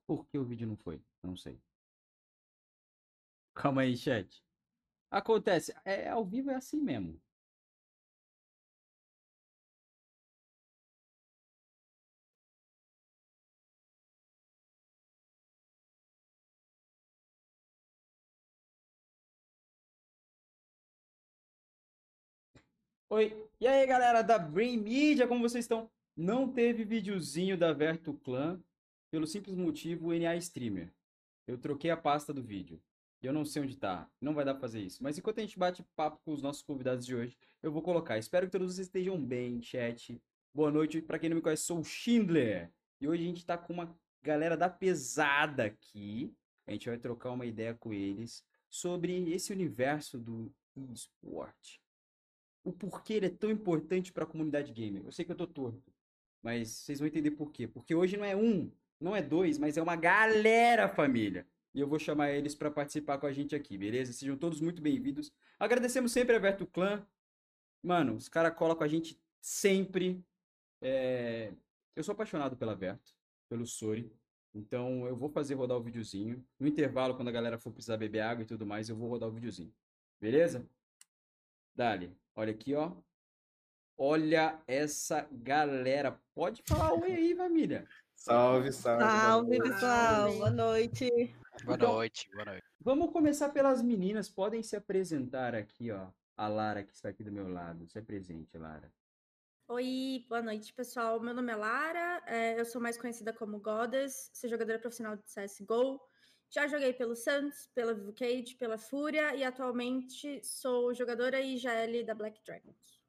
Por que o vídeo não foi? Eu não sei. Calma aí, chat. Acontece. Ao vivo é assim mesmo. Oi. E aí, galera da Brain Media, como vocês estão? Não teve videozinho da Verto Clan pelo simples motivo o NA Streamer. Eu troquei a pasta do vídeo. E eu não sei onde tá. Não vai dar pra fazer isso. Mas enquanto a gente bate papo com os nossos convidados de hoje, eu vou colocar. Espero que todos vocês estejam bem, chat. Boa noite. Pra quem não me conhece, sou o Schindler. E hoje a gente tá com uma galera da pesada aqui. A gente vai trocar uma ideia com eles sobre esse universo do esporte. O porquê ele é tão importante para a comunidade gamer. Eu sei que eu tô torto, mas vocês vão entender por quê. Porque hoje não é um, não é dois, mas é uma galera, família. E eu vou chamar eles para participar com a gente aqui, beleza? Sejam todos muito bem-vindos. Agradecemos sempre a Verto Clan. Mano, os caras colam com a gente sempre. Eu sou apaixonado pela Verto, pelo Sori. Então eu vou fazer rodar o videozinho. No intervalo, quando a galera for precisar beber água e tudo mais, eu vou rodar o videozinho. Beleza? Dali. Olha aqui, ó. Olha essa galera. Pode falar oi aí, família. Salve, salve. Salve, pessoal. Boa noite. Boa noite, boa noite. Vamos começar pelas meninas. Podem se apresentar aqui, ó. A Lara, que está aqui do meu lado. Se apresente, Lara. Oi, boa noite, pessoal. Meu nome é Lara, eu sou mais conhecida como Goddess, sou jogadora profissional de CSGO. Já joguei pelo Santos, pela Vivo Cage, pela Fúria e atualmente sou jogadora IGL da Black Dragons.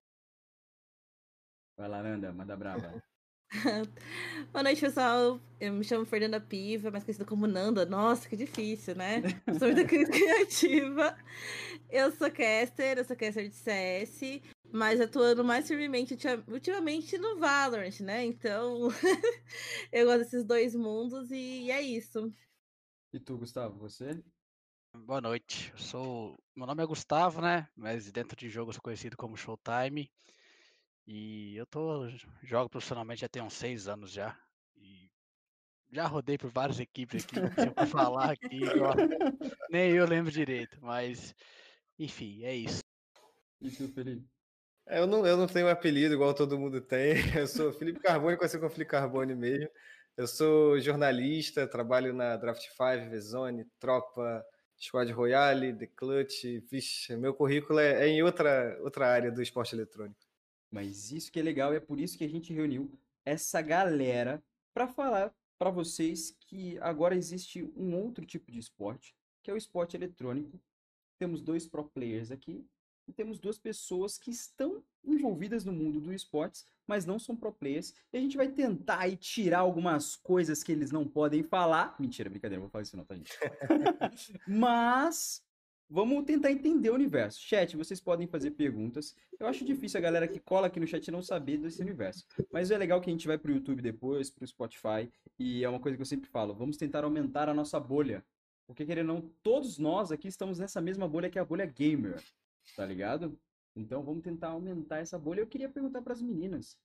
Vai lá, Nanda, manda brava. Boa noite, pessoal. Eu me chamo Fernanda Piva, mais conhecida como Nanda. Nossa, que difícil, né? Sou muito criativa. Eu sou caster de CS, mas atuando mais firmemente ultimamente no Valorant, né? Então, eu gosto desses dois mundos e é isso. E tu, Gustavo, você? Boa noite. Meu nome é Gustavo, né? Mas dentro de jogo eu sou conhecido como Showtime. E jogo profissionalmente já tem uns 6 anos já. E já rodei por várias equipes aqui. Se eu for falar aqui, nem eu lembro direito. Mas, enfim, é isso. E tu, Felipe? Eu não tenho um apelido igual todo mundo tem. Eu sou Felipe Carbone, conhecido como Felipe Carbone mesmo. Eu sou jornalista, trabalho na Draft 5, V-Zone, Tropa, Squad Royale, The Clutch. Vixe, meu currículo é em outra área do esporte eletrônico. Mas isso que é legal e é por isso que a gente reuniu essa galera para falar para vocês que agora existe um outro tipo de esporte, que é o esporte eletrônico. Temos dois pro players aqui e temos duas pessoas que estão envolvidas no mundo do esportes, mas não são pro players. E a gente vai tentar aí tirar algumas coisas que eles não podem falar. Mentira, brincadeira, não vou falar isso não, tá, gente? Mas vamos tentar entender o universo. Chat, vocês podem fazer perguntas. Eu acho difícil a galera que cola aqui no chat não saber desse universo. Mas é legal que a gente vai pro YouTube depois, pro Spotify. E é uma coisa que eu sempre falo, vamos tentar aumentar a nossa bolha. Porque, querendo ou não, todos nós aqui estamos nessa mesma bolha que é a bolha gamer, tá ligado? Então vamos tentar aumentar essa bolha. Eu queria perguntar para as meninas.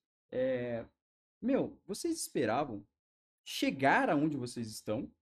Vocês esperavam chegar aonde vocês estão?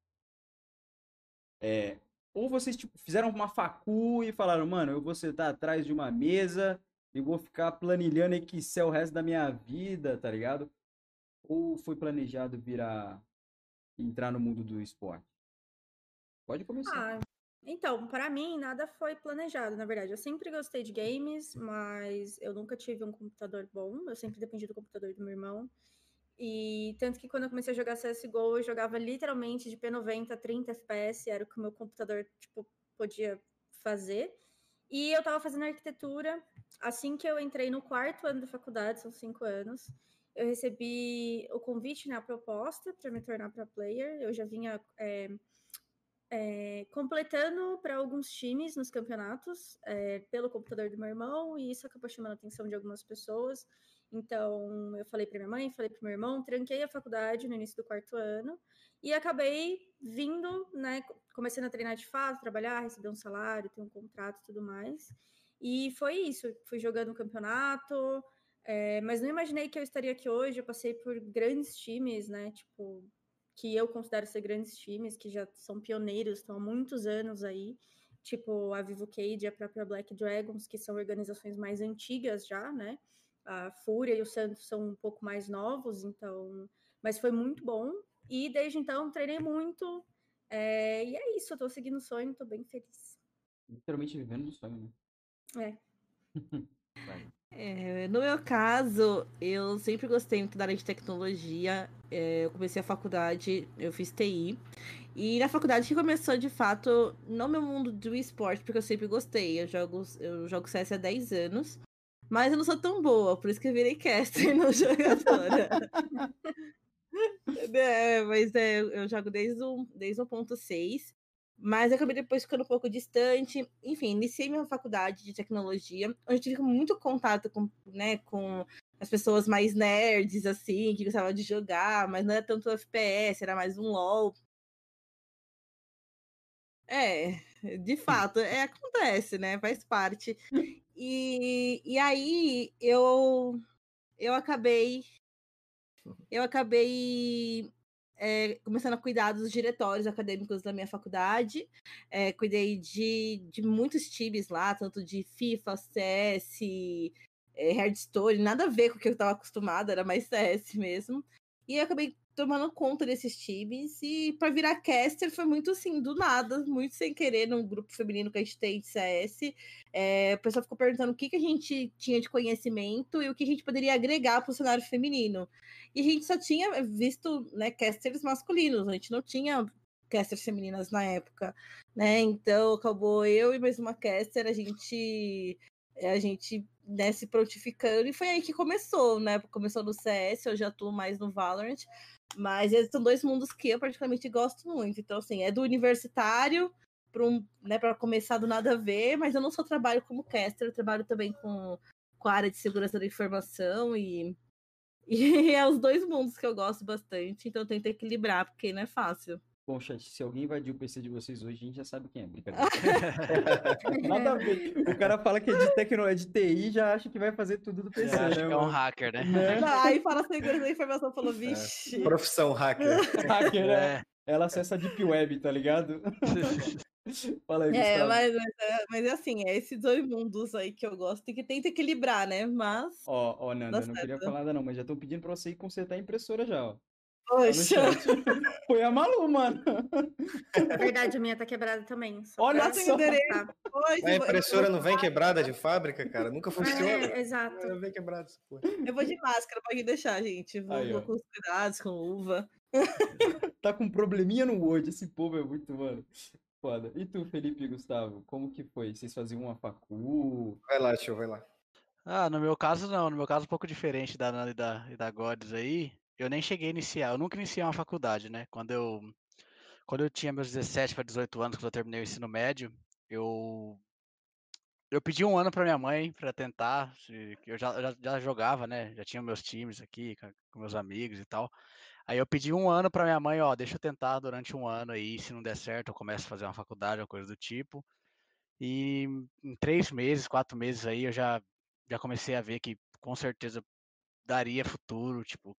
Ou vocês tipo, fizeram uma facu e falaram, mano, eu vou sentar atrás de uma mesa e vou ficar planilhando Excel o resto da minha vida, tá ligado? Ou foi planejado entrar no mundo do esporte? Pode começar. Então, para mim, nada foi planejado, na verdade. Eu sempre gostei de games, mas eu nunca tive um computador bom. Eu sempre dependi do computador do meu irmão. E tanto que quando eu comecei a jogar CSGO, eu jogava literalmente de P90 a 30 FPS, era o que o meu computador, tipo, podia fazer. E eu tava fazendo arquitetura. Assim que eu entrei no 4º ano da faculdade, são 5 anos, eu recebi o convite, né, a proposta para me tornar pro player. Eu já vinha completando para alguns times nos campeonatos pelo computador do meu irmão, e isso acabou chamando a atenção de algumas pessoas. Então, eu falei para minha mãe, falei para meu irmão, tranquei a faculdade no início do 4º ano e acabei vindo, né, começando a treinar de fato, trabalhar, receber um salário, ter um contrato e tudo mais. E foi isso, fui jogando um campeonato, mas não imaginei que eu estaria aqui hoje. Eu passei por grandes times, né, tipo que eu considero ser grandes times, que já são pioneiros, estão há muitos anos aí, tipo a Vivo Cage e a própria Black Dragons, que são organizações mais antigas já, né? A Fúria e o Santos são um pouco mais novos, então... Mas foi muito bom, e desde então treinei muito, e é isso, eu tô seguindo o sonho, tô bem feliz. Literalmente vivendo do sonho, né? No meu caso, eu sempre gostei muito da área de tecnologia. Eu comecei a faculdade, eu fiz TI. E na faculdade que começou, de fato, no meu mundo do esporte, porque eu sempre gostei. Eu jogo CS há 10 anos, mas eu não sou tão boa, por isso que eu virei caster e não jogadora. Eu jogo desde o 1.6, mas eu acabei depois ficando um pouco distante. Enfim, iniciei minha faculdade de tecnologia, onde eu tive muito contato com, né, com as pessoas mais nerds, assim, que gostavam de jogar, mas não era tanto FPS, era mais um LoL. De fato, acontece, né? Faz parte. E aí eu acabei começando a cuidar dos diretórios acadêmicos da minha faculdade. Cuidei de muitos times lá, tanto de FIFA, CS, Hearthstone, nada a ver com o que eu estava acostumada, era mais CS mesmo. E eu acabei tomando conta desses times, e para virar caster foi muito assim, do nada, muito sem querer, num grupo feminino que a gente tem de CS. O pessoal ficou perguntando o que a gente tinha de conhecimento e o que a gente poderia agregar para o cenário feminino. E a gente só tinha visto, né, casters masculinos, a gente não tinha casters femininas na época, né? Então acabou eu e mais uma caster, a gente né, se prontificando, e foi aí que começou, né? Começou no CS, eu já atuo mais no Valorant, mas são dois mundos que eu particularmente gosto muito. Então, assim, é do universitário para começar do nada a ver, mas eu não só trabalho como caster, eu trabalho também com a área de segurança da informação, e é os dois mundos que eu gosto bastante, então eu tento equilibrar, porque não é fácil. Bom, chat, se alguém invadir o PC de vocês hoje, a gente já sabe quem é, brincadeira. Nada a ver. O cara fala que é de TI, já acha que vai fazer tudo do PC, Acho né, que é um mano? hacker, né? Aí fala segurança da informação, falou, vixe. Profissão hacker. Hacker, né? Ela acessa a Deep Web, tá ligado? Fala aí, Gustavo. Mas assim, esses dois mundos aí que eu gosto e que tenta equilibrar, né? Mas. Ó, Nanda, não queria falar nada não, mas já estão pedindo pra você ir consertar a impressora já, ó. Poxa. Tá no chat. Foi a Malu, mano. É verdade, a minha tá quebrada também. Olha só. A impressora não vem quebrada de fábrica, cara? Nunca funciona. Exato. Não vem quebrada essa porra. Eu vou de máscara, pode deixar, gente. Vou com os cuidados, com luva. Tá com probleminha no Word, esse povo é muito, mano. Foda. E tu, Felipe e Gustavo, como que foi? Vocês faziam uma facu? Vai lá, tio, vai lá. No meu caso não, no meu caso um pouco diferente da Nanda e da Gods aí. Eu nem cheguei a iniciar, eu nunca iniciei uma faculdade, né? Quando eu tinha meus 17 para 18 anos, quando eu terminei o ensino médio, eu pedi um ano para minha mãe para tentar, que eu já jogava, né? Já tinha meus times aqui com meus amigos e tal. Aí eu pedi um ano para minha mãe, ó, deixa eu tentar durante um ano aí, se não der certo, eu começo a fazer uma faculdade, ou coisa do tipo. E em 3 meses, 4 meses aí, eu já comecei a ver que com certeza daria futuro, tipo,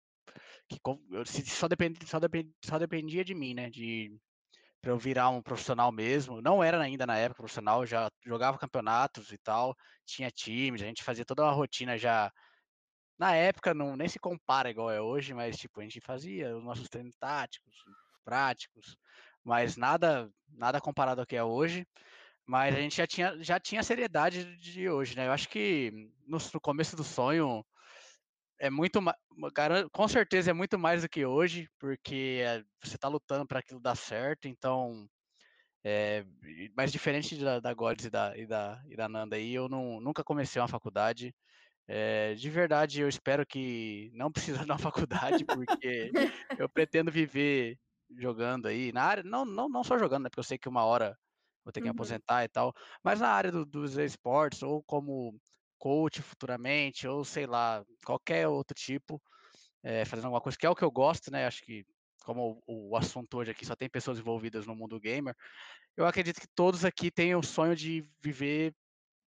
só dependia de mim, né? Pra eu virar um profissional mesmo. Não era ainda na época profissional, já jogava campeonatos e tal, tinha times, a gente fazia toda uma rotina já. Na época nem se compara igual é hoje, mas tipo, a gente fazia os nossos treinos táticos, práticos, mas nada comparado ao que é hoje. Mas a gente já tinha a seriedade de hoje, né? Eu acho que no começo do sonho é muito com certeza é muito mais do que hoje, porque você tá lutando para aquilo dar certo, então mas diferente da Gods e da Nanda aí, eu nunca comecei uma faculdade. De verdade, eu espero que não precisa de uma faculdade, porque eu pretendo viver jogando aí na área, não só jogando, né? Porque eu sei que uma hora vou ter que aposentar e tal, mas na área dos esportes, ou como coach futuramente, ou sei lá, qualquer outro tipo, fazendo alguma coisa que é o que eu gosto, né? Acho que como o assunto hoje aqui só tem pessoas envolvidas no mundo gamer, eu acredito que todos aqui têm o sonho de viver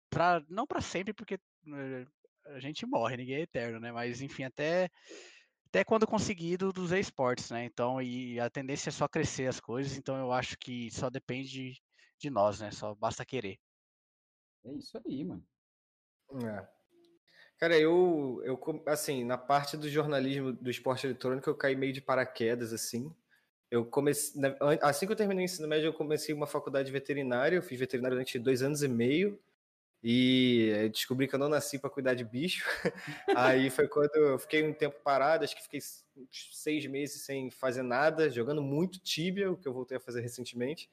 não para sempre, porque a gente morre, ninguém é eterno, né? Mas enfim, até até quando conseguir dos esportes, né? Então, e a tendência é só crescer as coisas, então eu acho que só depende de nós, né? Só basta querer. É isso aí, mano. É. Cara, assim, na parte do jornalismo do esporte eletrônico, eu caí meio de paraquedas, assim. Eu comecei, assim que eu terminei o ensino médio, eu comecei uma faculdade de veterinária. Eu fiz veterinária durante 2 anos e meio e descobri que eu não nasci para cuidar de bicho. Aí foi quando eu fiquei um tempo parado, acho que fiquei uns 6 meses sem fazer nada, jogando muito Tibia, o que eu voltei a fazer recentemente.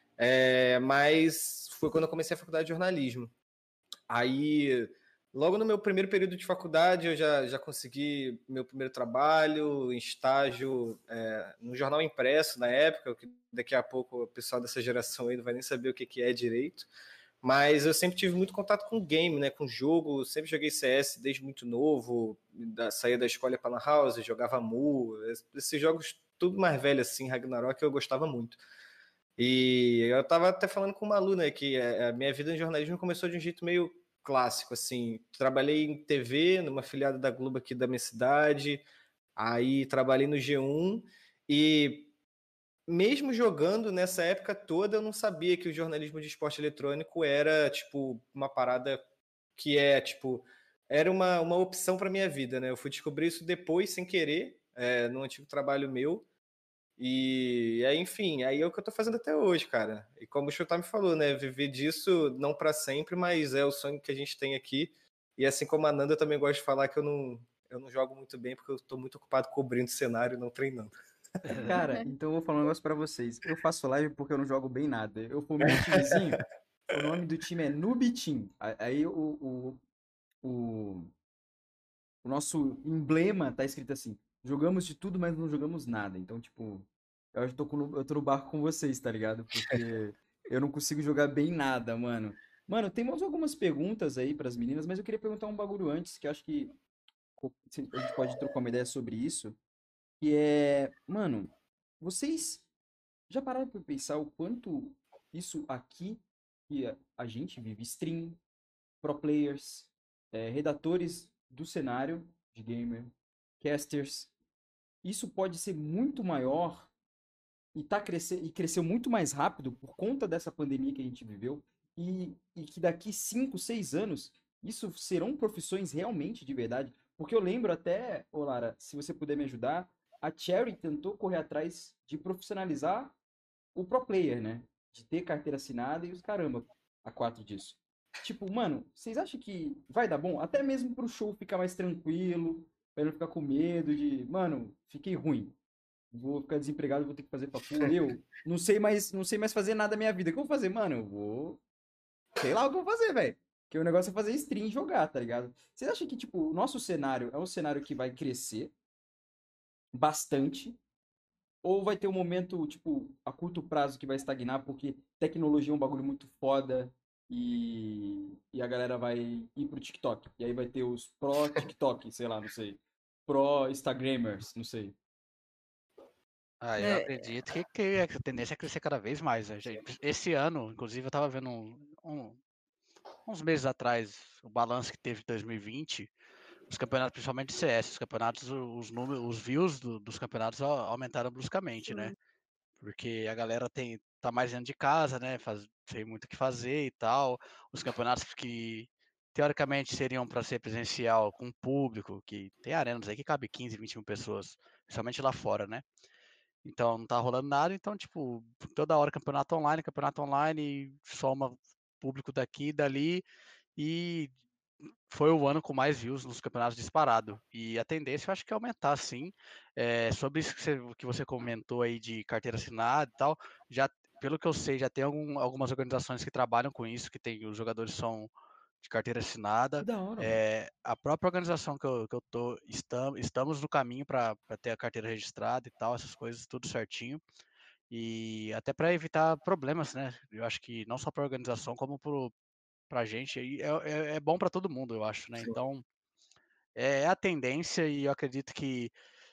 Mas foi quando eu comecei a faculdade de jornalismo. Aí, logo no meu primeiro período de faculdade, eu já consegui meu primeiro trabalho em estágio no jornal impresso na época, que daqui a pouco o pessoal dessa geração aí não vai nem saber o que é direito. Mas eu sempre tive muito contato com game, né, com jogo, sempre joguei CS desde muito novo, saía da escola para lan house, jogava Mu, esses jogos tudo mais velho assim, Ragnarok, eu gostava muito. E eu tava até falando com uma aluna que a minha vida em jornalismo começou de um jeito meio clássico, assim. Trabalhei em TV, numa filiada da Globo aqui da minha cidade, aí trabalhei no G1 e mesmo jogando nessa época toda, eu não sabia que o jornalismo de esporte eletrônico era, tipo, uma parada que tipo, era uma opção para minha vida, né? Eu fui descobrir isso depois, sem querer, num antigo trabalho meu, e aí, enfim, aí é o que eu tô fazendo até hoje, cara. E como o Chutar me falou, né? Viver disso não para sempre, mas é o sonho que a gente tem aqui. E assim como a Nanda, eu também gosto de falar que eu não jogo muito bem porque eu tô muito ocupado cobrindo cenário e não treinando. Cara, então eu vou falar um negócio pra vocês. Eu faço live porque eu não jogo bem nada. Eu formei um timezinho, o nome do time é Noob Team. Aí o, o nosso emblema tá escrito assim: jogamos de tudo, mas não jogamos nada. Então, tipo, eu tô no barco com vocês, tá ligado? Porque eu não consigo jogar bem nada, mano. Mano, tem mais algumas perguntas aí pras meninas, mas eu queria perguntar um bagulho antes, que eu acho que a gente pode trocar uma ideia sobre isso. Que é, mano, vocês já pararam pra pensar o quanto isso aqui, que a gente vive, stream, pro players, redatores do cenário de gamer, casters, isso pode ser muito maior e cresceu muito mais rápido por conta dessa pandemia que a gente viveu e que daqui 5, 6 anos isso serão profissões realmente de verdade. Porque eu lembro até, ô Lara, se você puder me ajudar, a Cherry tentou correr atrás de profissionalizar o pro player, né? De ter carteira assinada e os caramba, a quatro disso. Tipo, mano, vocês acham que vai dar bom? Até mesmo pro show ficar mais tranquilo, pra ele não ficar com medo de, mano, fiquei ruim. Vou ficar desempregado, vou ter que fazer facu. Eu não sei mais fazer nada da minha vida. O que eu vou fazer, mano? Eu vou, sei lá o que eu vou fazer, velho. Porque o negócio é fazer stream e jogar, tá ligado? Vocês acham que, tipo, o nosso cenário é um cenário que vai crescer bastante? Ou vai ter um momento, tipo, a curto prazo que vai estagnar porque tecnologia é um bagulho muito foda e a galera vai ir pro TikTok. E aí vai ter os pró TikTok, sei lá, não sei. Pró Instagramers, não sei. Ah, eu É, acredito que a tendência é crescer cada vez mais, né, gente? Esse ano, inclusive, eu tava vendo uns meses atrás o balanço que teve em 2020, os campeonatos, principalmente de CS, os campeonatos, os números, os views dos campeonatos aumentaram bruscamente, né? Sim. Porque a galera tá mais dentro de casa, né? Tem muito o que fazer e tal. Os campeonatos que teoricamente seriam para ser presencial com público, que tem arenas aí que cabe 15, 20 mil pessoas, principalmente lá fora, né? Então não tá rolando nada, então, tipo, toda hora campeonato online, e soma público daqui e dali, e foi o ano com mais views nos campeonatos disparado. E a tendência eu acho que é aumentar, sim. Sobre isso que você comentou aí de carteira assinada e tal, já, pelo que eu sei, já tem algumas organizações que trabalham com isso, que tem, os jogadores são de carteira Que assinada. da hora, mano. A própria organização que eu tô, estamos no caminho para ter a carteira registrada e tal, essas coisas, tudo certinho. E até para evitar problemas, né? Eu acho que não só para a organização, como para a gente, aí é bom para todo mundo, eu acho, né? Sim. Então, é a tendência e eu acredito que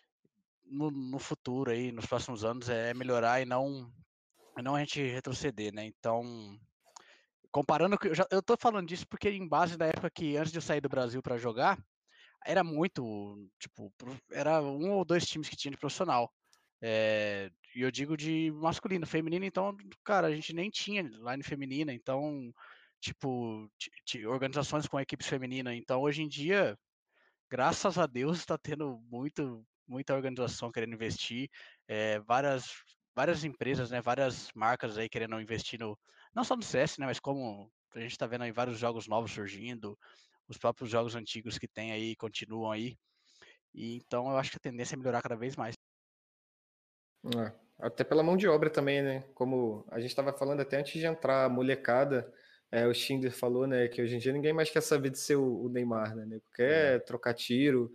no futuro aí, nos próximos anos, é melhorar e não a gente retroceder, né? Então, comparando, eu tô falando disso porque em base da época que antes de eu sair do Brasil para jogar, era muito, tipo, era 1 ou 2 times que tinha de profissional. E eu digo de masculino, feminino, então, cara, a gente nem tinha line feminina, então, tipo, organizações com equipes femininas. Então, hoje em dia, graças a Deus, está tendo muita organização querendo investir, várias empresas, né, várias marcas aí querendo investir não só no CS, né, mas como a gente está vendo aí vários jogos novos surgindo, os próprios jogos antigos que tem aí continuam aí. E então eu acho que a tendência é melhorar cada vez mais. Até pela mão de obra também, né? Como a gente estava falando até antes de entrar, a molecada, o Schindler falou, né, que hoje em dia ninguém mais quer saber de ser o Neymar, né? Quer trocar tiro,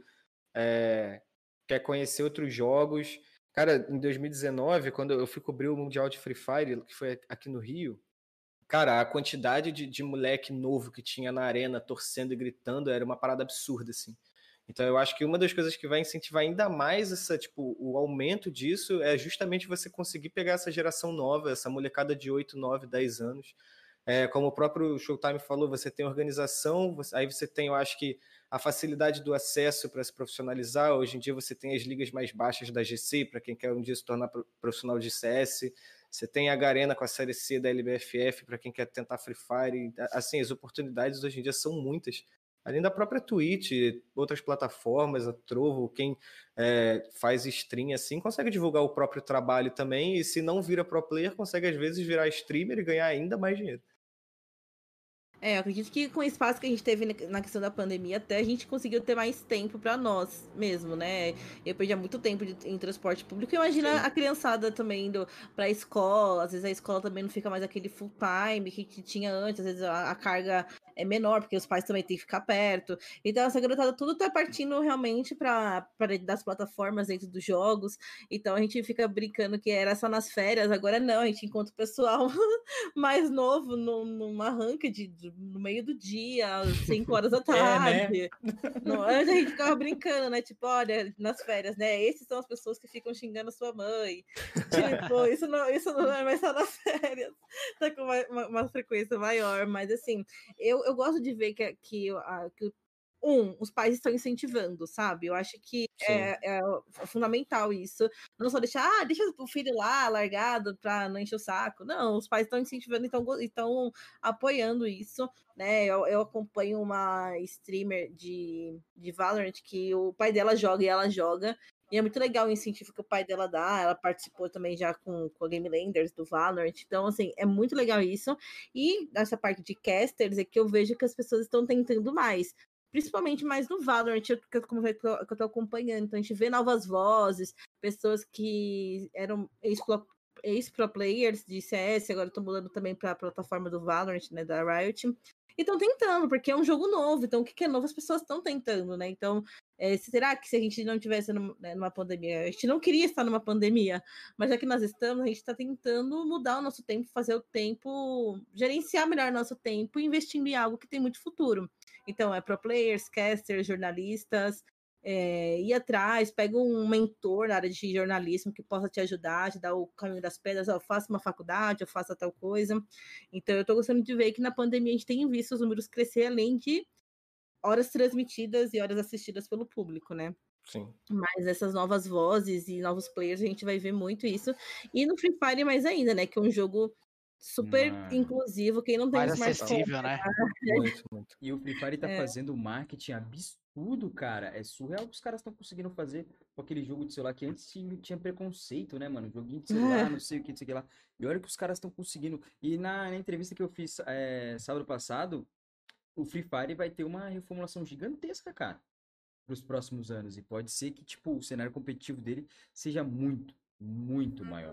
quer conhecer outros jogos. Cara, em 2019, quando eu fui cobrir o Mundial de Free Fire, que foi aqui no Rio, cara, a quantidade de moleque novo que tinha na arena, torcendo e gritando, era uma parada absurda, assim. Então eu acho que uma das coisas que vai incentivar ainda mais o aumento disso é justamente você conseguir pegar essa geração nova, essa molecada de 8, 9, 10 anos. Como o próprio Showtime falou, você tem organização, aí você tem, eu acho que, a facilidade do acesso para se profissionalizar. Hoje em dia você tem as ligas mais baixas da GC, para quem quer um dia se tornar profissional de CS. Você tem a Garena com a Série C da LBFF, para quem quer tentar Free Fire. Assim, as oportunidades hoje em dia são muitas. Além da própria Twitch, outras plataformas, a Trovo, quem faz stream assim, consegue divulgar o próprio trabalho também, e se não vira pro player, consegue às vezes virar streamer e ganhar ainda mais dinheiro. Eu acredito que com o espaço que a gente teve na questão da pandemia, até a gente conseguiu ter mais tempo para nós mesmo, né? Eu perdia muito tempo em transporte público. Imagina a criançada também indo pra escola, às vezes a escola também não fica mais aquele full time que tinha antes, às vezes a carga é menor, porque os pais também têm que ficar perto. Então, essa garotada tudo tá partindo realmente para das plataformas dentro dos jogos. Então a gente fica brincando que era só nas férias, agora não, a gente encontra o pessoal mais novo numa ranked no meio do dia, às 5 horas da tarde. Antes a gente ficava brincando, né? Tipo, olha, nas férias, né? Esses são as pessoas que ficam xingando a sua mãe. Tipo, isso não é mais só nas férias. Tá com uma frequência maior. Mas assim, eu gosto de ver que os pais estão incentivando, sabe? Eu acho que é fundamental isso. Não só deixa o filho lá largado para não encher o saco. Não, os pais estão incentivando e estão apoiando isso, né? Eu acompanho uma streamer de Valorant que o pai dela joga e ela joga. E é muito legal o incentivo que o pai dela dá. Ela participou também já com a Game Landers do Valorant. Então, assim, é muito legal isso. E nessa parte de casters é que eu vejo que as pessoas estão tentando mais. Principalmente mais no Valorant, que eu tô acompanhando. Então, a gente vê novas vozes, pessoas que eram ex-pro players de CS, agora estão mudando também para a plataforma do Valorant, né, da Riot. E estão tentando, porque é um jogo novo. Então, o que é novo, as pessoas estão tentando, né? Então, será que se a gente não tivesse numa pandemia, a gente não queria estar numa pandemia, mas já que nós estamos, a gente está tentando mudar o nosso tempo, fazer o tempo, gerenciar melhor o nosso tempo, investindo em algo que tem muito futuro. Então, pro players, casters, jornalistas, ir atrás, pega um mentor na área de jornalismo que possa te ajudar, te dar o caminho das pedras, faça uma faculdade, ou faça tal coisa. Então, eu estou gostando de ver que na pandemia a gente tem visto os números crescer, além de horas transmitidas e horas assistidas pelo público, né? Sim. Mas essas novas vozes e novos players, a gente vai ver muito isso. E no Free Fire mais ainda, né? Que é um jogo super inclusivo, quem não tem mais smartphone. acessível, né? Muito. E o Free Fire tá fazendo marketing absurdo, cara. É surreal o que os caras estão conseguindo fazer com aquele jogo de celular que antes tinha preconceito, né, mano? Joguinho de celular, não sei o que, não sei o que lá. E olha que os caras estão conseguindo. E na entrevista que eu fiz sábado passado, o Free Fire vai ter uma reformulação gigantesca, cara, pros próximos anos. E pode ser que, tipo, o cenário competitivo dele seja muito, muito maior.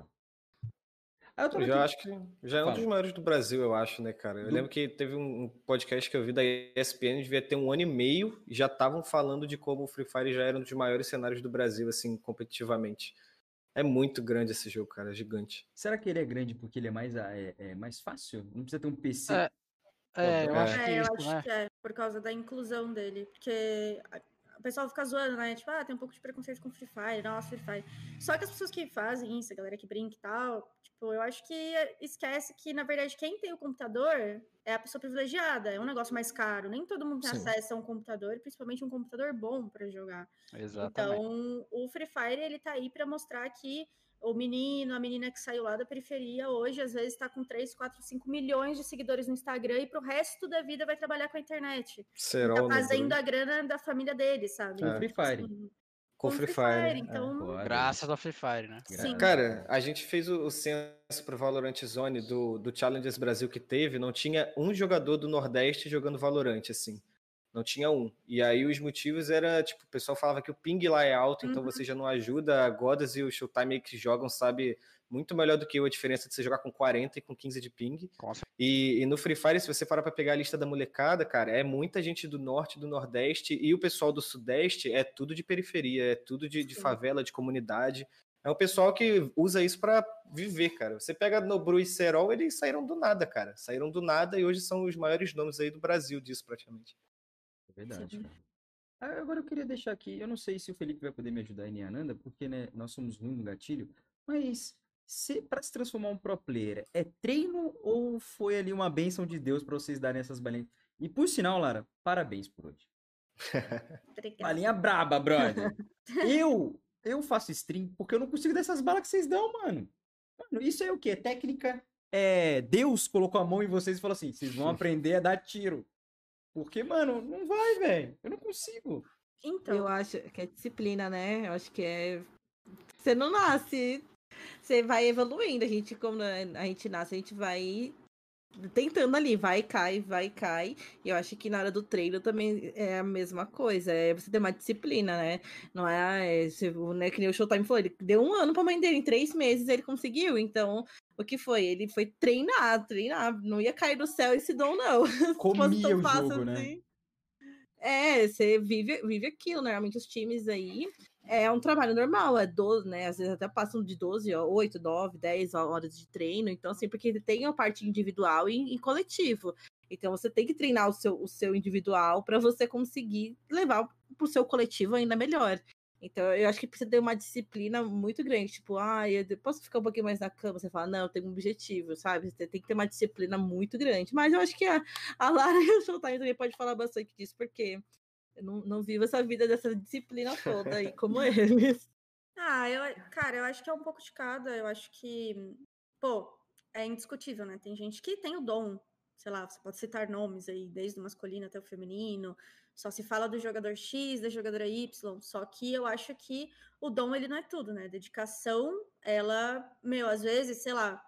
Eu já acho que já é um dos maiores do Brasil, eu acho, né, cara? Eu lembro que teve um podcast que eu vi da ESPN, devia ter 1 ano e meio, e já estavam falando de como o Free Fire já era um dos maiores cenários do Brasil, assim, competitivamente. É muito grande esse jogo, cara, é gigante. Será que ele é grande porque ele é mais fácil? Não precisa ter um PC? Eu acho que eu isso, acho né? que é por causa da inclusão dele, porque o pessoal fica zoando, né? Tipo, tem um pouco de preconceito com Free Fire, nossa, Free Fire. Só que as pessoas que fazem isso, a galera que brinca e tal, tipo, eu acho que esquece que, na verdade, quem tem o computador é a pessoa privilegiada, é um negócio mais caro. Nem todo mundo tem Sim. acesso a um computador, principalmente um computador bom para jogar. Exatamente. Então, o Free Fire, ele tá aí para mostrar que o menino, a menina que saiu lá da periferia, hoje, às vezes, está com 3, 4, 5 milhões de seguidores no Instagram e pro resto da vida vai trabalhar com a internet. E Serol tá no fazendo Brus. a grana da família dele, sabe? Com É. Free Tipo Fire. assim, Com Free Fire. Então, Foda. Graças ao Free Fire, né? sim. Cara, a gente fez o censo pro Valorant Zone do Challengers Brasil que teve, não tinha um jogador do Nordeste jogando Valorant, assim. Não tinha um. E aí os motivos era, tipo, o pessoal falava que o ping lá é alto, então você já não ajuda. A Godas e o Showtime que jogam sabe muito melhor do que eu a diferença de você jogar com 40 e com 15 de ping. Com certeza. E no Free Fire, se você parar pra pegar a lista da molecada, cara, é muita gente do Norte, do Nordeste, e o pessoal do Sudeste é tudo de periferia, é tudo de favela, de comunidade. É o pessoal que usa isso pra viver, cara. Você pega Nobru e Serol, eles saíram do nada, cara. Saíram do nada e hoje são os maiores nomes aí do Brasil disso, praticamente. É verdade, Sim. cara. Agora eu queria deixar aqui, eu não sei se o Felipe vai poder me ajudar aí, nem a Nanda, porque, né, nós somos ruins no gatilho, mas para se transformar um pro player, é treino ou foi ali uma bênção de Deus para vocês darem essas balinhas? E por sinal, Lara, parabéns por hoje. Obrigada. Balinha braba, brother. Eu faço stream porque eu não consigo dessas balas que vocês dão, mano. Mano, isso é o quê? Técnica, Deus colocou a mão em vocês e falou assim, vocês vão aprender a dar tiro. Porque, mano, não vai, velho. Eu não consigo. Então, Eu acho que é disciplina, né? Eu acho que é. Você não nasce, você vai evoluindo. A gente, como a gente nasce, a gente vai tentando ali, vai e cai, vai e cai. E eu acho que na hora do treino também é a mesma coisa. É você ter uma disciplina, né? Não é, né, que nem o Showtime falou, ele deu 1 ano pra mãe dele, em 3 meses ele conseguiu. Então, o que foi? Ele foi treinar. Não ia cair do céu esse dom, não. Se fosse Comia tão o fácil jogo, né? assim. Você vive aquilo. Normalmente os times aí é um trabalho normal, é 12, né? Às vezes até passam de 12, 8, 9, 10 horas de treino. Então, assim, porque tem a parte individual e coletivo. Então, você tem que treinar o seu individual para você conseguir levar pro seu coletivo ainda melhor. Então, eu acho que precisa ter uma disciplina muito grande. Tipo, eu posso ficar um pouquinho mais na cama? Você fala, não, eu tenho um objetivo, sabe? Você tem que ter uma disciplina muito grande. Mas eu acho que a Lara e o Showtime também pode falar bastante disso, porque eu não vivo essa vida dessa disciplina toda aí, como eles. cara, eu acho que é um pouco de cada. Eu acho que, pô, é indiscutível, né? Tem gente que tem o dom, sei lá, você pode citar nomes aí, desde o masculino até o feminino. Só se fala do jogador X, da jogadora Y. Só que eu acho que o dom, ele não é tudo, né? Dedicação, ela, às vezes, sei lá,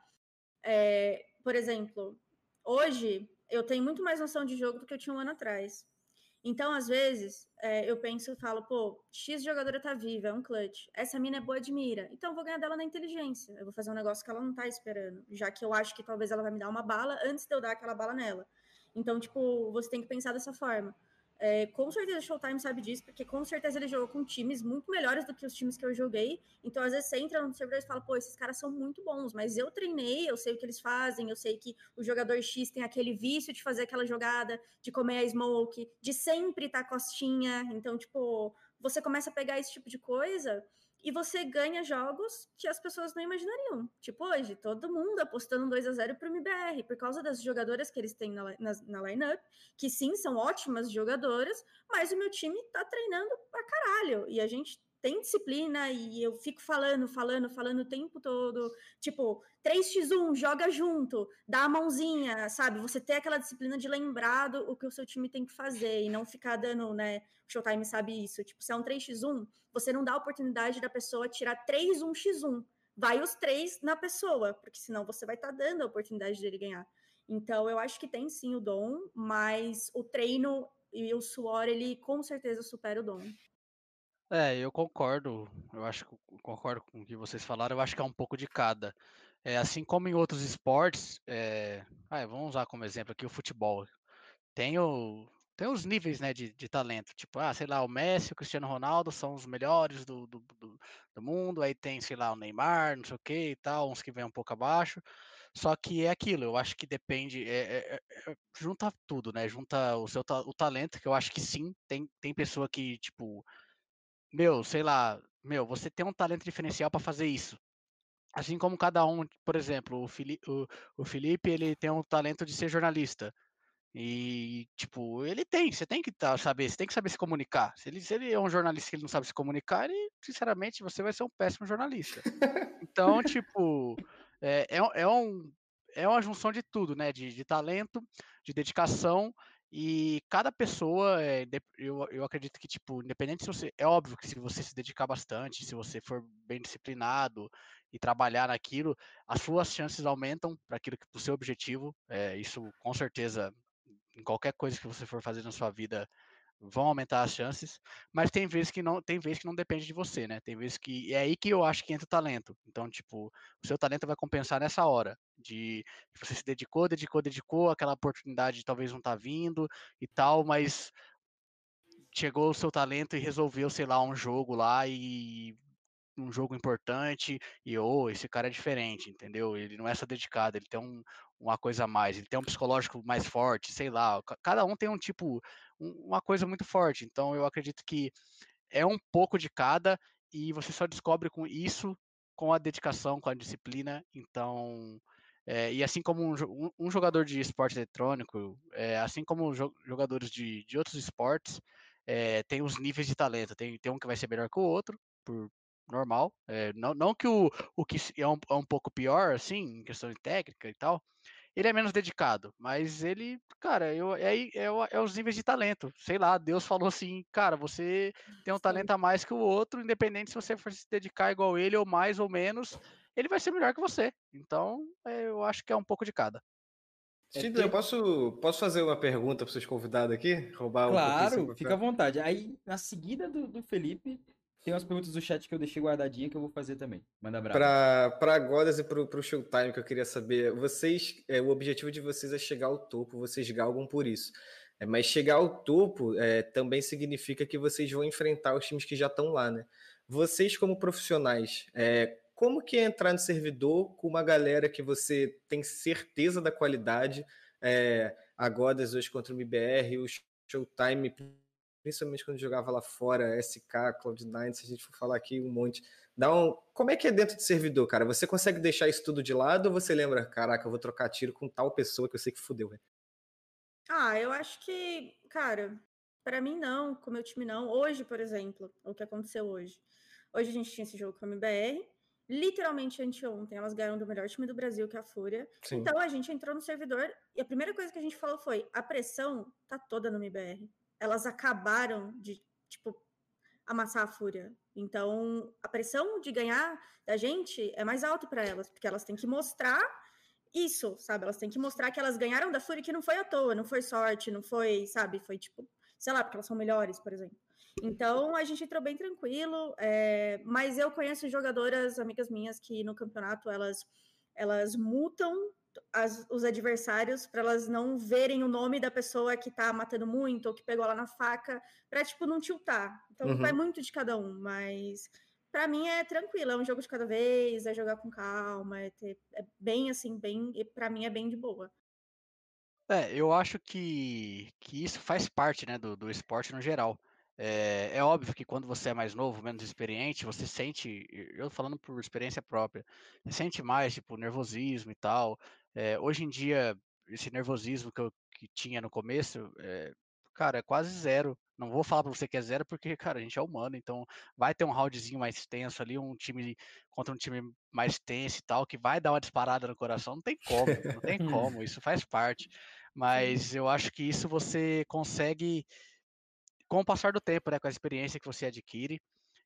por exemplo, hoje eu tenho muito mais noção de jogo do que eu tinha 1 ano atrás. Então, às vezes, eu penso e falo, pô, X jogadora tá viva, é um clutch. Essa mina é boa de mira. Então, eu vou ganhar dela na inteligência. Eu vou fazer um negócio que ela não tá esperando. Já que eu acho que talvez ela vai me dar uma bala antes de eu dar aquela bala nela. Então, tipo, você tem que pensar dessa forma. Com certeza o Showtime sabe disso, porque com certeza ele jogou com times muito melhores do que os times que eu joguei. Então, às vezes, você entra no servidor e fala, pô, esses caras são muito bons, mas eu treinei, eu sei o que eles fazem, eu sei que o jogador X tem aquele vício de fazer aquela jogada, de comer a smoke, de sempre estar costinha. Então, tipo, você começa a pegar esse tipo de coisa e você ganha jogos que as pessoas não imaginariam. Tipo, hoje, todo mundo apostando 2-0 pro MBR, por causa das jogadoras que eles têm na lineup, que sim, são ótimas jogadoras, mas o meu time tá treinando pra caralho. E a gente tem disciplina e eu fico falando o tempo todo. Tipo, 3x1, joga junto, dá a mãozinha, sabe? Você ter aquela disciplina de lembrar o que o seu time tem que fazer e não ficar dando, né? O Showtime sabe isso. Tipo, se é um 3x1, você não dá a oportunidade da pessoa tirar 3-1x1. Vai os 3 na pessoa, porque senão você vai estar dando a oportunidade dele ganhar. Então, eu acho que tem sim o dom, mas o treino e o suor, ele com certeza supera o dom. Eu concordo. Eu acho que concordo com o que vocês falaram. Eu acho que é um pouco de cada. Assim como em outros esportes, vamos usar como exemplo aqui o futebol. Tem, tem os níveis, né, de talento. Tipo, sei lá, o Messi e o Cristiano Ronaldo são os melhores do mundo. Aí tem, sei lá, o Neymar, não sei o que e tal, uns que vêm um pouco abaixo. Só que é aquilo, eu acho que depende, junta tudo, né? Junta o talento, que eu acho que sim, tem pessoa que, tipo, meu, sei lá, meu, você tem um talento diferencial para fazer isso. Assim como cada um, por exemplo, o Felipe, ele tem um talento de ser jornalista. E, tipo, você tem que saber, você tem que saber se comunicar. Se ele é um jornalista que ele não sabe se comunicar, ele, sinceramente, você vai ser um péssimo jornalista. Então, tipo, é, é, um- é, um, é uma junção de tudo, né? De talento, de dedicação, e cada pessoa, eu acredito que, tipo, independente se você. É óbvio que se você se dedicar bastante, se você for bem disciplinado e trabalhar naquilo, as suas chances aumentam para aquilo que para o seu objetivo. Isso com certeza, em qualquer coisa que você for fazer na sua vida, vão aumentar as chances, mas tem vezes que não depende de você, né? Tem vezes que é aí que eu acho que entra o talento. Então, tipo, o seu talento vai compensar nessa hora de que você se dedicou, aquela oportunidade talvez não tá vindo e tal, mas chegou o seu talento e resolveu, sei lá, um jogo lá e um jogo importante e esse cara é diferente, entendeu? Ele não é só dedicado, ele tem uma coisa a mais, ele tem um psicológico mais forte, sei lá, cada um tem um tipo, uma coisa muito forte. Então eu acredito que é um pouco de cada e você só descobre com isso, com a dedicação, com a disciplina. Então, e assim como um jogador de esporte eletrônico, assim como jogadores de outros esportes, tem os níveis de talento. Tem um que vai ser melhor que o outro, por normal. Não que o que é um pouco pior, assim, em questão de técnica e tal, ele é menos dedicado, mas ele, cara, é os níveis de talento. Sei lá, Deus falou assim, cara, você tem um Sim. talento a mais que o outro, independente se você for se dedicar igual ele, ou mais ou menos, ele vai ser melhor que você. Então, eu acho que é um pouco de cada. É Schindler, eu ter... posso fazer uma pergunta para os seus convidados aqui? Roubar um pouquinho seu Claro, fica à papel? vontade. Aí, na seguida do Felipe, tem umas perguntas do chat que eu deixei guardadinha que eu vou fazer também. Manda braba. Para Godas e para o Showtime, que eu queria saber, o objetivo de vocês é chegar ao topo, vocês galgam por isso. Mas chegar ao topo também significa que vocês vão enfrentar os times que já estão lá, né? Vocês, como profissionais, como que é entrar no servidor com uma galera que você tem certeza da qualidade? A Godas hoje contra o MBR, o Showtime, principalmente quando jogava lá fora, SK, Cloud9, se a gente for falar aqui um monte. Como é que é dentro de servidor, cara? Você consegue deixar isso tudo de lado ou você lembra, caraca, eu vou trocar tiro com tal pessoa que eu sei que fudeu, velho? Eu acho que, cara, pra mim não, com o meu time não. Hoje, por exemplo, o que aconteceu hoje. Hoje a gente tinha esse jogo com a MBR. Literalmente anteontem, elas ganharam do melhor time do Brasil, que é a Fúria. Sim. Então a gente entrou no servidor e a primeira coisa que a gente falou foi: a pressão tá toda no MBR. Elas acabaram de, tipo, amassar a Fúria. Então, a pressão de ganhar da gente é mais alta para elas, porque elas têm que mostrar isso, sabe? Elas têm que mostrar que elas ganharam da Fúria, que não foi à toa, não foi sorte, não foi, sabe? Foi tipo, sei lá, porque elas são melhores, por exemplo. Então, a gente entrou bem tranquilo, mas eu conheço jogadoras, amigas minhas, que no campeonato elas mutam os adversários para elas não verem o nome da pessoa que tá matando muito ou que pegou ela na faca, pra, tipo, não tiltar. Então, vai muito de cada um, mas pra mim é tranquilo, é um jogo de cada vez, é jogar com calma, é bem assim, e pra mim é bem de boa. Eu acho que isso faz parte, né, do esporte no geral. É óbvio que quando você é mais novo, menos experiente, você sente, eu falando por experiência própria, você sente mais, tipo, nervosismo e tal. Hoje em dia, esse nervosismo que tinha no começo, cara, é quase zero. Não vou falar pra você que é zero, porque, cara, a gente é humano, então vai ter um roundzinho mais tenso ali, um time contra um time mais tenso e tal, que vai dar uma disparada no coração. Não tem como, não tem como, isso faz parte. Sim. Mas eu acho que isso você consegue com o passar do tempo, né, com a experiência que você adquire.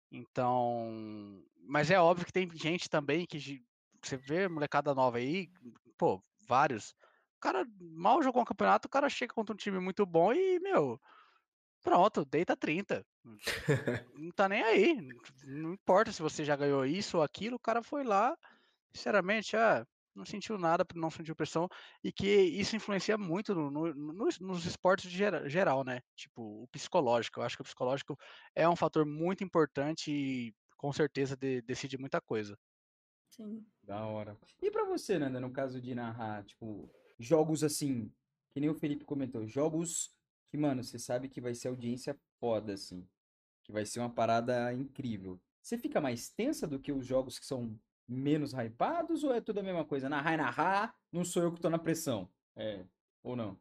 Então, mas é óbvio que tem gente também você vê molecada nova aí, pô, vários. O cara mal jogou um campeonato, o cara chega contra um time muito bom e, meu, pronto, deita 30. Não tá nem aí. Não importa se você já ganhou isso ou aquilo, o cara foi lá, sinceramente, não sentiu nada, não sentiu pressão, e que isso influencia muito nos esportes de geral, né? Tipo, o psicológico. Eu acho que o psicológico é um fator muito importante e com certeza decide muita coisa. Sim. Da hora. E pra você, Nanda, no caso de narrar, tipo, jogos assim, que nem o Felipe comentou, jogos que, mano, você sabe que vai ser audiência foda, assim, que vai ser uma parada incrível. Você fica mais tensa do que os jogos que são menos hypados ou é tudo a mesma coisa? Narrar é narrar, não sou eu que tô na pressão. É, ou não?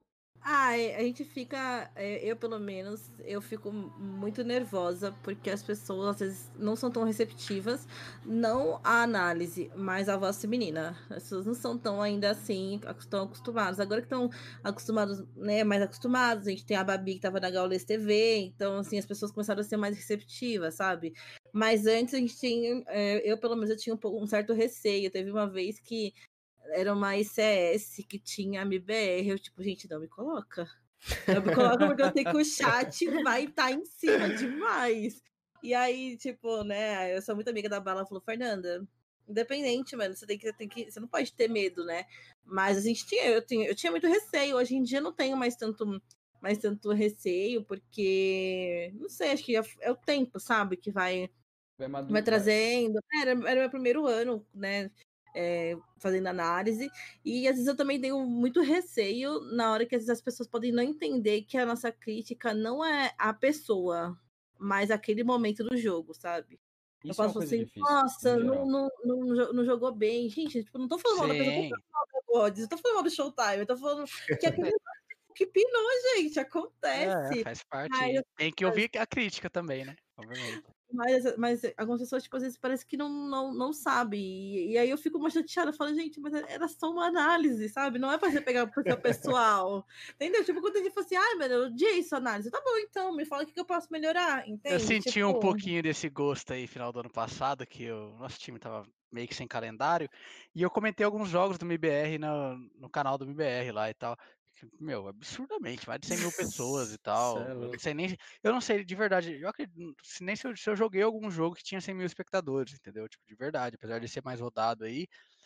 A gente fica, eu pelo menos, eu fico muito nervosa porque as pessoas às vezes não são tão receptivas, não à análise, mas à voz feminina. As pessoas não são tão ainda assim, tão acostumadas. Agora que estão acostumados, né, mais acostumados, a gente tem a Babi que tava na Gaules TV, então assim, as pessoas começaram a ser mais receptivas, sabe? Mas antes a gente tinha, eu pelo menos eu tinha um certo receio. Teve uma vez que era uma ICS que tinha a MBR. Eu, tipo, gente, não me coloca. Não me coloca porque eu sei que o chat vai estar em cima demais. E aí, tipo, né, eu sou muito amiga da Bala, ela falou, Fernanda, independente, mano, você tem que, você não pode ter medo, né? Mas a gente eu tinha muito receio. Hoje em dia eu não tenho mais tanto receio, porque, não sei, acho que é o tempo, sabe, que vai trazendo. Era meu primeiro ano, né? Fazendo análise, e às vezes eu também tenho muito receio na hora que às vezes as pessoas podem não entender que a nossa crítica não é a pessoa, mas aquele momento do jogo, sabe? Eu Isso é posso uma falar coisa assim, difícil, nossa, no geral. não jogou bem. Gente, tipo, não tô falando mal da pessoa, não tô Sim, falando mal da Gods, eu tô falando mal do Showtime, eu tô falando que aquele que pinou, gente, acontece. faz parte. Mas E tem que ouvir a crítica também, né? Obviamente. Mas algumas pessoas, tipo, às vezes parece que não sabe. E aí eu fico mais chateada, eu falo, gente, mas era só uma análise, sabe? Não é pra você pegar pro seu pessoal. Entendeu? Tipo, quando a gente fala assim, ai, mano, eu odiei sua análise. Tá bom, então, me fala o que eu posso melhorar, Eu entende? senti um Tipo, pouquinho desse gosto aí final do ano passado, que o nosso time tava meio que sem calendário, e eu comentei alguns jogos do MBR no canal do MBR lá e tal. Meu, absurdamente, mais de 100 mil pessoas e Cê é tal. louco. Eu não sei de verdade, eu acredito, nem se eu joguei algum jogo que tinha 100 mil espectadores, entendeu? Tipo, de verdade, apesar de ser mais rodado aí,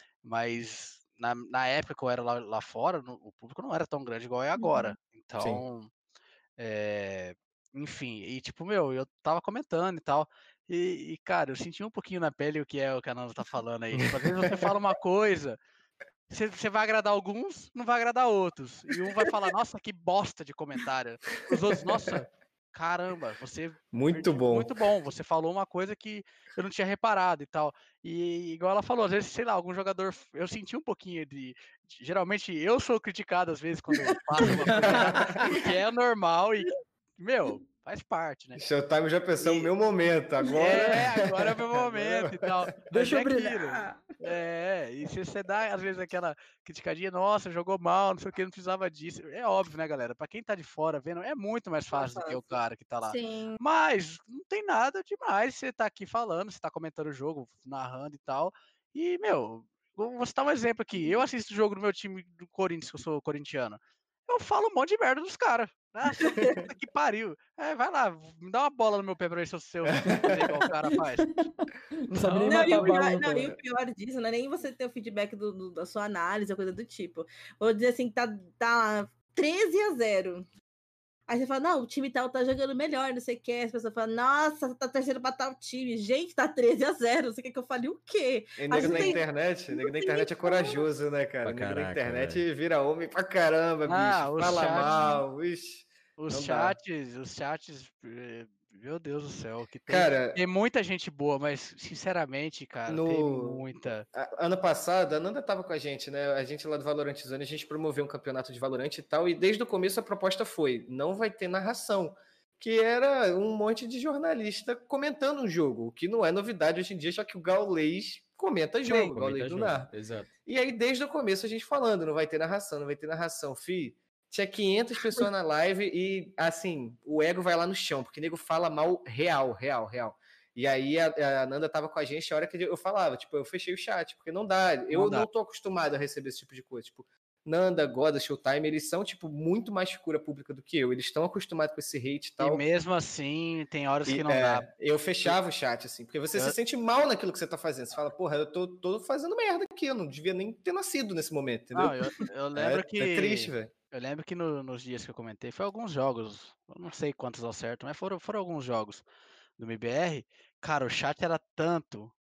mas na época que eu era lá fora, o público não era tão grande igual é agora. Sim. Então, é, enfim, e tipo, meu, eu tava comentando e tal. Cara, eu senti um pouquinho na pele o que é o que a Nanda tá falando aí. Tipo, às vezes você fala uma coisa, você vai agradar alguns, não vai agradar outros. E um vai falar, nossa, que bosta de comentário. Os outros, nossa, caramba, você Muito bom. muito bom, você falou uma coisa que eu não tinha reparado e tal. E igual ela falou, às vezes, sei lá, algum jogador, eu senti um pouquinho geralmente eu sou criticado às vezes quando eu faço uma coisa errada, o que é normal e, meu, faz parte, né? Showtime já pensou o E, meu momento. Agora. agora é o meu Agora momento e tal. Mas Deixa é eu aquilo. brilhar! E se você dá, às vezes, aquela criticadinha, nossa, jogou mal, não sei o que, não precisava disso. É óbvio, né, galera? Pra quem tá de fora vendo, é muito mais uma fácil do que o fase. cara que tá lá. Sim. Mas não tem nada demais você tá aqui falando, você tá comentando o jogo, narrando e tal. E, meu, vou citar um exemplo aqui. Eu assisto o jogo do meu time do Corinthians, que eu sou corintiano. Eu falo um monte de merda dos caras. Nossa, puta que pariu. Vai lá, me dá uma bola no meu pé pra ver se eu sei fazer igual o cara faz. Não sabe nem Então, Não, matar a bala no e o cara. pior disso não é nem você ter o feedback da sua análise, ou coisa do tipo. Vou dizer assim, tá 13-0. Aí você fala, não, o time tal tá jogando melhor, não sei o que. As pessoas falam, nossa, tá torcendo pra tal time. Gente, tá 13-0. Você quer que eu fale o quê? E A nego gente na tem. internet, nego Não na tem nem internet é corajoso, né, cara? Pra Nego na caraca, velho. internet vira homem pra caramba, bicho. os Fala chats, mal, ixi. os Não dá. chats, os chats, meu Deus do céu, que Cara, tem muita gente boa, mas sinceramente, cara, tem no muita. ano passado, a Nanda tava com a gente, né? A gente lá do Valorant Zone, a gente promoveu um campeonato de Valorant e tal, e desde o começo a proposta foi: não vai ter narração, que era um monte de jornalista comentando um jogo, o que não é novidade hoje em dia, já que o Gaules comenta Sim, jogo, o Gaules Comenta do jogo, narra. exato. E aí, desde o começo, a gente falando, não vai ter narração, não vai ter narração, fi. Tinha 500 pessoas na live e, assim, o ego vai lá no chão, porque o nego fala mal real, real, real. E aí a Nanda tava com a gente a hora que eu falava, tipo, eu fechei o chat, porque não dá, não eu dá. não tô acostumado a receber esse tipo de coisa, tipo, Nanda, Goda, Showtime, eles são, tipo, muito mais figura pública do que eu, eles estão acostumados com esse hate e E tal, mesmo assim, tem horas que e não dá. eu fechava o chat, assim, porque você se Eu, sente mal naquilo que você tá fazendo, você fala, porra, eu tô fazendo merda aqui, eu não devia nem ter nascido nesse momento, entendeu? não, eu É, lembro é triste, que. velho. Eu lembro que nos dias que eu comentei, foi alguns jogos, eu não sei quantos ao certo, mas foram alguns jogos do MBR. Cara, o chat era tanto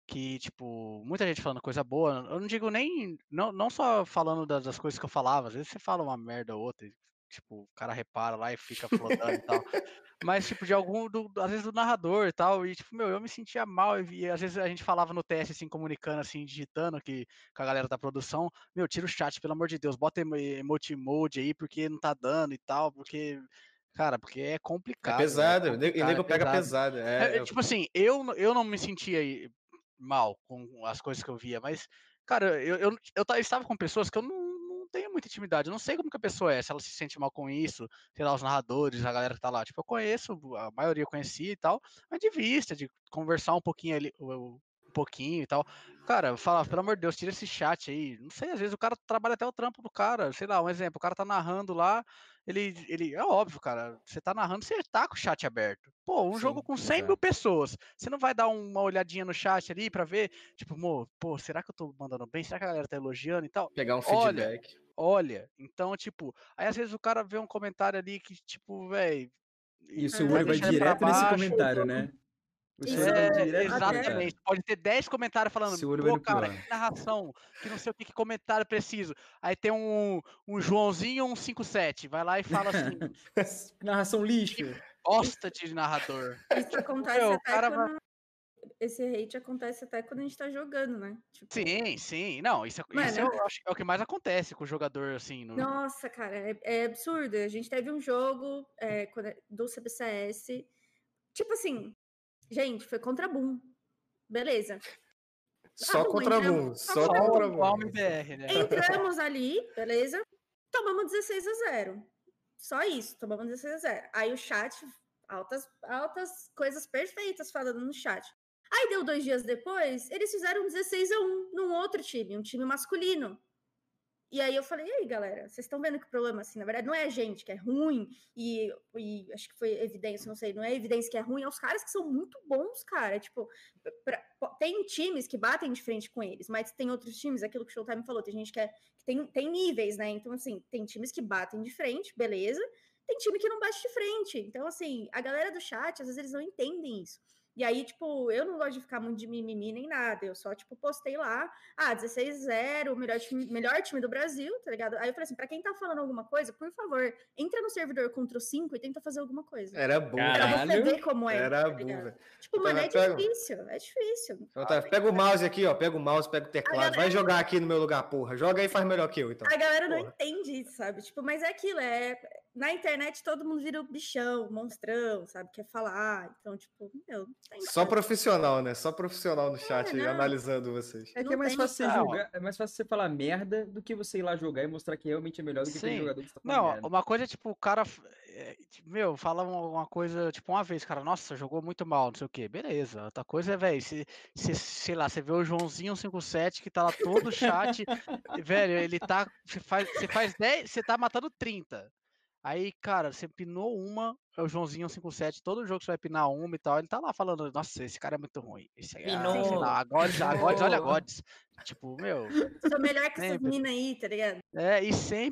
que, tipo, muita gente falando coisa boa. Eu não digo nem. Não só falando das coisas que eu falava, às vezes você fala uma merda ou outra, e, tipo, o cara repara lá e fica flodando e tal. Mas, tipo, de algum, às vezes do narrador e tal, e, tipo, meu, eu me sentia mal, e às vezes a gente falava no teste, assim, comunicando, assim, digitando com a galera da produção, meu, tira o chat, pelo amor de Deus, bota emote mode aí, porque não tá dando e tal, porque, cara, porque é É complicado, é pesado, e complicado, é nego pega pesado. pesado. Tipo assim, eu não me sentia mal com as coisas que eu via, mas, cara, eu estava com pessoas que eu não tenho muita intimidade, eu não sei como que a pessoa é, se ela se sente mal com isso, sei lá, os narradores, a galera que tá lá, tipo, eu conheço, a maioria eu conheci e tal, mas de vista, de conversar um pouquinho ali, um pouquinho e tal. Cara, eu falava, pelo amor de Deus, tira esse chat aí. Não sei, às vezes o cara trabalha até o trampo do cara, sei lá, um exemplo, o cara tá narrando lá, é óbvio, cara, você tá narrando, você tá com o chat aberto. Pô, um jogo Sim, com 100 mil exato. pessoas, você não vai dar uma olhadinha no chat ali pra ver, tipo, pô, será que eu tô mandando bem? Será que a galera tá elogiando e tal? pegar um Olha, feedback. olha. Então, tipo, aí às vezes o cara vê um comentário ali que, tipo, velho, E o seu pode olho vai deixar ele pra direto nesse baixo. comentário, né? O seu Isso olho vai É, direto no até comentário. exatamente. Pode ter 10 comentários falando, Seu olho vai pô, no cara, pior. que narração, que não sei o que comentário preciso. Aí tem um Joãozinho 157, vai lá e fala assim, Narração que lixo. bosta de narrador. isso Tipo, acontece meu, o até cara vai. quando. Esse hate acontece até quando a gente tá jogando, né? Tipo, Sim, sim. Não, isso mano, eu acho que é o que mais acontece com o jogador, assim, no. nossa, cara, é absurdo. A gente teve um jogo do CBCS. Tipo assim, gente, foi contra a Boom. Beleza. Ah, Só bom, contra entramos. um, Só só contra a Só contra Boom. o um. Alme BR, né? Entramos ali, beleza? Tomamos 16-0. Só isso, tomamos 16-0. Aí o chat, altas coisas perfeitas falando no chat. Aí deu 2 dias depois, eles fizeram 16-1 num outro time, um time masculino. E aí eu falei, e aí, galera, vocês estão vendo que o problema, assim, na verdade, não é a gente que é ruim, e acho que foi evidência, não sei, não é evidência que é ruim, é os caras que são muito bons, cara. Tipo, tem times que batem de frente com eles, mas tem outros times, aquilo que o Showtime falou, tem gente que tem níveis, né? Então, assim, tem times que batem de frente, beleza, tem time que não bate de frente. Então, assim, a galera do chat, às vezes, eles não entendem isso. E aí, tipo, eu não gosto de ficar muito de mimimi nem nada. Eu só, tipo, postei lá, 16-0, melhor time do Brasil, tá ligado? Aí eu falei assim, pra quem tá falando alguma coisa, por favor, entra no servidor contra o 5 e tenta fazer alguma coisa. Era bom, Pra você Caralho. ver como é, Era tá bom, ligado? velho. Tipo, mano, é difícil, é difícil. Pega o mouse aqui, ó. Pega o mouse, pega o teclado. Vai jogar aqui no meu lugar, porra. Joga aí e faz melhor que eu, então. A galera não Porra. entende isso, sabe? Tipo, mas é aquilo, na internet todo mundo vira o bichão, monstrão, sabe? Quer falar. Então, tipo, meu, não tem Só profissional, né? Só profissional no chat aí, não. analisando vocês. É que Não é mais tem. fácil você Não, julgar, é mais fácil você falar merda do que você ir lá jogar e mostrar que realmente é melhor do que aquele sim. jogador que você tá falando Não, merda. uma coisa é tipo, o cara, meu, fala uma coisa, tipo, uma vez, cara, nossa, jogou muito mal, não sei o quê. Beleza. Outra coisa é, velho, sei lá, você vê o Joãozinho 57 que tá lá todo chat, velho, ele tá, você faz 10, você tá matando 30. Aí, cara, você pinou uma, é o Joãozinho 57, todo jogo que você vai pinar uma e tal, ele tá lá falando, nossa, esse cara é muito ruim. Esse aí, sei lá, Pinou! a Gods, olha a Pinou! Gods. Tipo, meu, Sou melhor que essas sempre. minas aí, tá ligado? E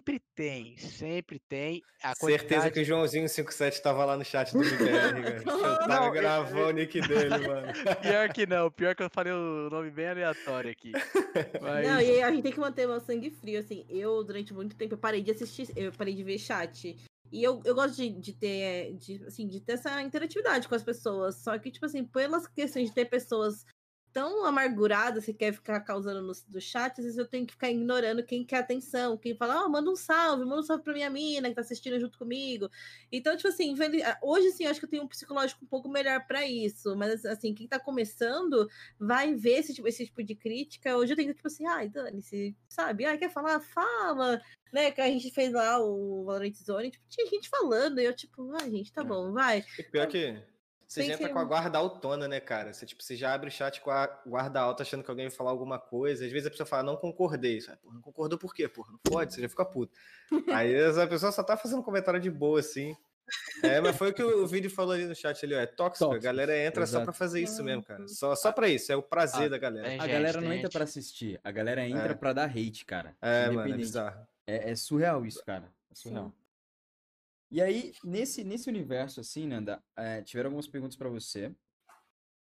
sempre tem a Certeza que o quantidade. Joãozinho 57 tava lá no chat do MBR, cara. Eu tava Não, gravando o nick dele, mano. pior que não, pior que eu falei o nome bem aleatório aqui. Não, Mas, e a gente tem que manter o sangue frio, assim. Eu, durante muito tempo, eu parei de assistir, eu parei de ver chat. E eu gosto de ter, de ter essa interatividade com as pessoas. Só que, tipo assim, pelas questões de ter pessoas tão amarguradas que quer ficar causando no chat, às vezes eu tenho que ficar ignorando quem quer atenção, quem fala, manda um salve pra minha mina que tá assistindo junto comigo. Então, tipo assim, hoje sim, eu acho que eu tenho um psicológico um pouco melhor pra isso. Mas, assim, quem tá começando vai ver esse tipo de crítica. Hoje eu tenho, tipo assim, ai, dane-se, sabe? Ai, quer falar? Fala! Né, que a gente fez lá o Valorant Zone, tipo, tinha gente falando, e eu, tipo, ai, gente, tá bom, vai. E pior que você já entra Pensei- com a guarda altona, né, cara? Você já abre o chat com a guarda alta achando que alguém vai falar alguma coisa. Às vezes a pessoa fala, não concordei. Você fala, porra, não concordou por quê? Porra, não pode, você já fica puto. Aí a pessoa só tá fazendo um comentário de boa, assim. Mas foi o que o vídeo falou ali no chat ali, ó. É tóxico. A galera entra só pra Exato. fazer isso mesmo, cara. Só pra isso, é o prazer da galera. tem A gente, galera tem não entra gente. pra assistir, a galera entra pra dar hate, cara. Mano, é Independente. bizarro. É surreal isso, cara. É surreal. Sim. E aí, nesse universo, assim, Nanda, tiveram algumas perguntas pra você.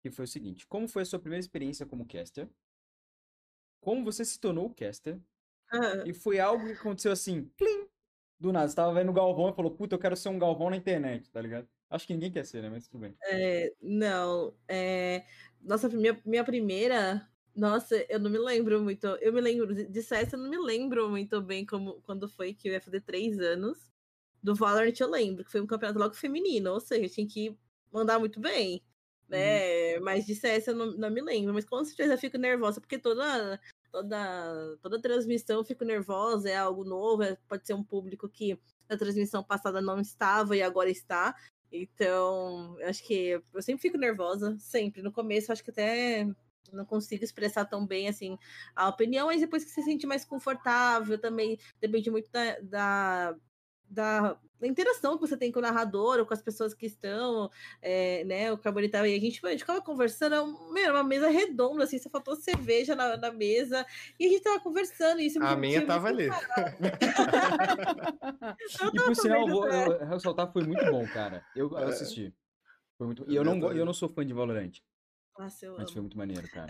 que foi o seguinte: como foi a sua primeira experiência como caster? Como você se tornou caster? Ah, E foi algo que aconteceu assim, plim, do nada. Você tava vendo o Galvão e falou, puta, eu quero ser um Galvão na internet, tá ligado? Acho que ninguém quer ser, né? Mas tudo bem. não, nossa, minha primeira. Nossa, eu não me lembro muito. Eu me lembro de CS, eu não me lembro muito bem quando foi que eu ia fazer 3 anos. Do Valorant eu lembro, que foi um campeonato logo feminino, ou seja, eu tinha que mandar muito bem, né? Mas de CS eu não me lembro. Mas com certeza eu fico nervosa, porque toda transmissão eu fico nervosa, é algo novo, pode ser um público que na transmissão passada não estava e agora está. Então, eu acho que eu sempre fico nervosa, sempre. No começo, acho que até não consigo expressar tão bem assim a opinião, mas depois que você se sente mais confortável, também depende muito da interação que você tem com o narrador ou com as pessoas que estão, né? O Carbonita e a gente ficava conversando, uma mesa redonda, assim, só faltou cerveja na mesa, e a gente tava conversando, e isso A minha tava ali. E por sinal, eu ressaltar, foi muito bom, cara. Eu assisti. Foi muito... E eu não sou fã de Valorant. Nossa, eu Mas foi amo. muito maneiro, cara.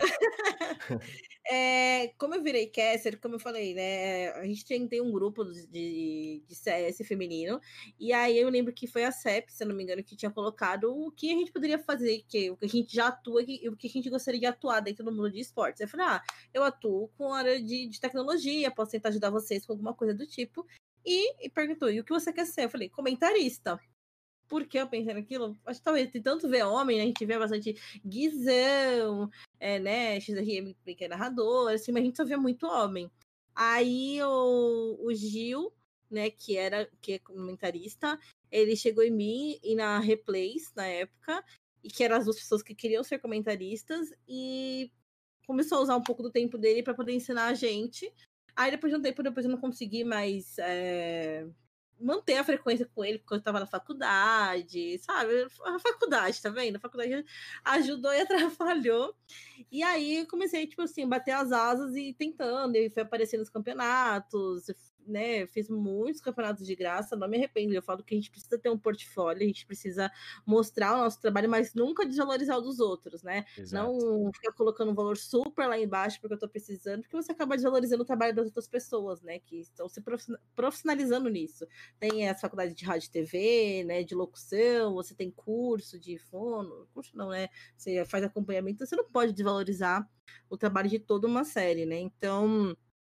Como eu virei caster, como eu falei, né? A gente tem um grupo de CS feminino, e aí eu lembro que foi a CEP, se eu não me engano, que tinha colocado o que a gente poderia fazer, o que a gente já atua e o que a gente gostaria de atuar dentro do mundo de esportes. Eu falei, eu atuo com a área de tecnologia, posso tentar ajudar vocês com alguma coisa do tipo. E perguntou, e o que você quer ser? Eu falei, comentarista. Por que eu pensei naquilo? Acho que talvez de tanto ver homem, né? A gente vê bastante Guizão, né? XRM que é narrador, assim, mas a gente só vê muito homem. Aí o Gil, né, que é comentarista, ele chegou em mim e na Replays, na época, e que eram as duas pessoas que queriam ser comentaristas, e começou a usar um pouco do tempo dele para poder ensinar a gente. Aí depois de um tempo, depois eu não consegui mais manter a frequência com ele, porque eu estava na faculdade, sabe? A faculdade, tá vendo? A faculdade ajudou e atrapalhou. E aí comecei, tipo assim, bater as asas e tentando, e foi aparecendo nos campeonatos, né? Fiz muitos campeonatos de graça, não me arrependo. Eu falo que a gente precisa ter um portfólio, a gente precisa mostrar o nosso trabalho, mas nunca desvalorizar o dos outros, né? Exato. Não ficar colocando um valor super lá embaixo porque eu tô precisando, porque você acaba desvalorizando o trabalho das outras pessoas, né? Que estão se profissionalizando nisso. Tem as faculdades de rádio e TV, né? De locução, você tem curso de fono, curso não, né? Você faz acompanhamento, você não pode desvalorizar o trabalho de toda uma série, né? Então,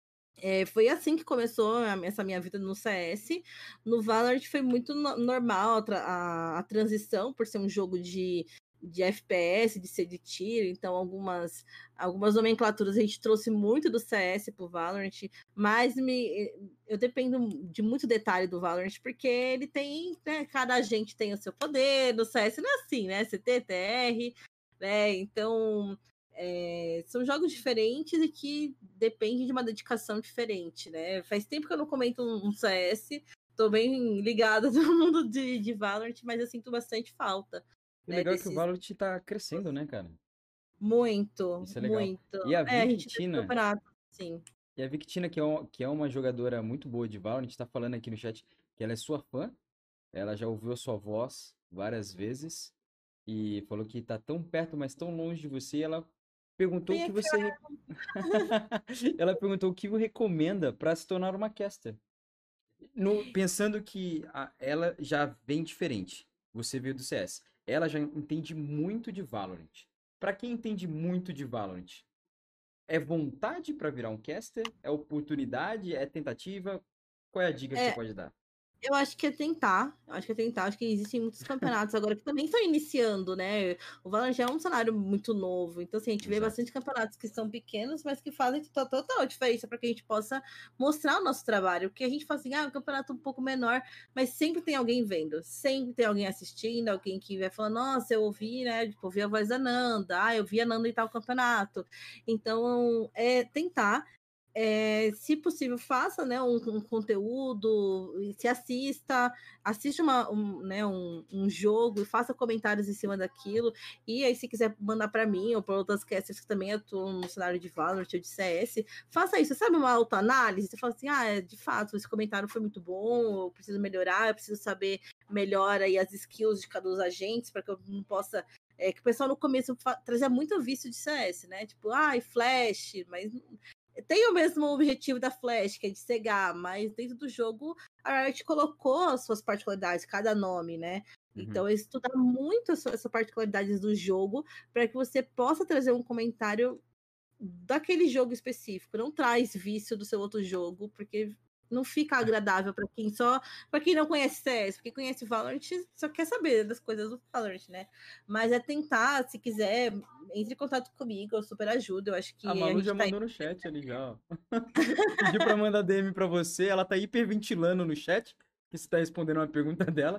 foi assim que começou essa minha vida no CS. No Valorant foi muito normal a transição, por ser um jogo de FPS, de ser de tiro, então algumas nomenclaturas a gente trouxe muito do CS pro Valorant, mas eu dependo de muito detalhe do Valorant, porque ele tem, né, cada agente tem o seu poder, no CS não é assim, né, CT, né, então são jogos diferentes e que dependem de uma dedicação diferente, né, faz tempo que eu não comento um CS, tô bem ligada no mundo de Valorant, mas eu sinto bastante falta. O legal é que o Valorant tá crescendo, né, cara? Muito, Isso é legal. muito. E a A gente teve Victina, campeonato, sim. que é uma jogadora muito boa de Valorant, tá falando aqui no chat que ela é sua fã, ela já ouviu a sua voz várias vezes e falou que tá tão perto, mas tão longe de você, ela perguntou o Vem que aqui, você ela perguntou o que você recomenda para se tornar uma caster. Pensando que ela já vem diferente. Você veio do CS. Ela já entende muito de Valorant. Pra quem entende muito de Valorant, é vontade pra virar um caster? É oportunidade? É tentativa? Qual é a dica que você é, pode dar? eu acho que é tentar. Acho que existem muitos campeonatos agora que também estão iniciando, né? O Valorant já é um cenário muito novo. Então, assim, a gente vê Exato. bastante campeonatos que são pequenos, mas que fazem total diferença para que a gente possa mostrar o nosso trabalho. Porque a gente fala assim, um campeonato um pouco menor, mas sempre tem alguém vendo, sempre tem alguém assistindo, alguém que vai falando, nossa, eu ouvi, né? Tipo, ouvi a voz da Nanda, eu vi a Nanda em tal campeonato. Então, é tentar. Se possível, faça, né, um conteúdo, se assiste um jogo e faça comentários em cima daquilo. E aí, se quiser mandar para mim ou para outras casters que também atuam no cenário de Valorant ou de CS, faça isso. Sabe, uma autoanálise? Você fala assim, de fato, esse comentário foi muito bom, eu preciso melhorar, eu preciso saber melhor aí as skills de cada um dos agentes para que eu não possa É que o pessoal no começo trazia muito vício de CS, né? Tipo, ai, Flash, mas tem o mesmo objetivo da Flash, que é de cegar, mas dentro do jogo a Riot colocou as suas particularidades, cada nome, né? Então, estuda muito essas particularidades do jogo para que você possa trazer um comentário daquele jogo específico. Não traz vício do seu outro jogo, porque não fica agradável para quem não conhece CS, porque conhece Valorant, só quer saber das coisas do Valorant, né? Mas é tentar, se quiser, entre em contato comigo, eu super ajudo. Eu acho que A Malu já tá mandou no chat ali já, ó. Pediu pra mandar DM pra você, ela tá hiperventilando no chat, que você tá respondendo uma pergunta dela.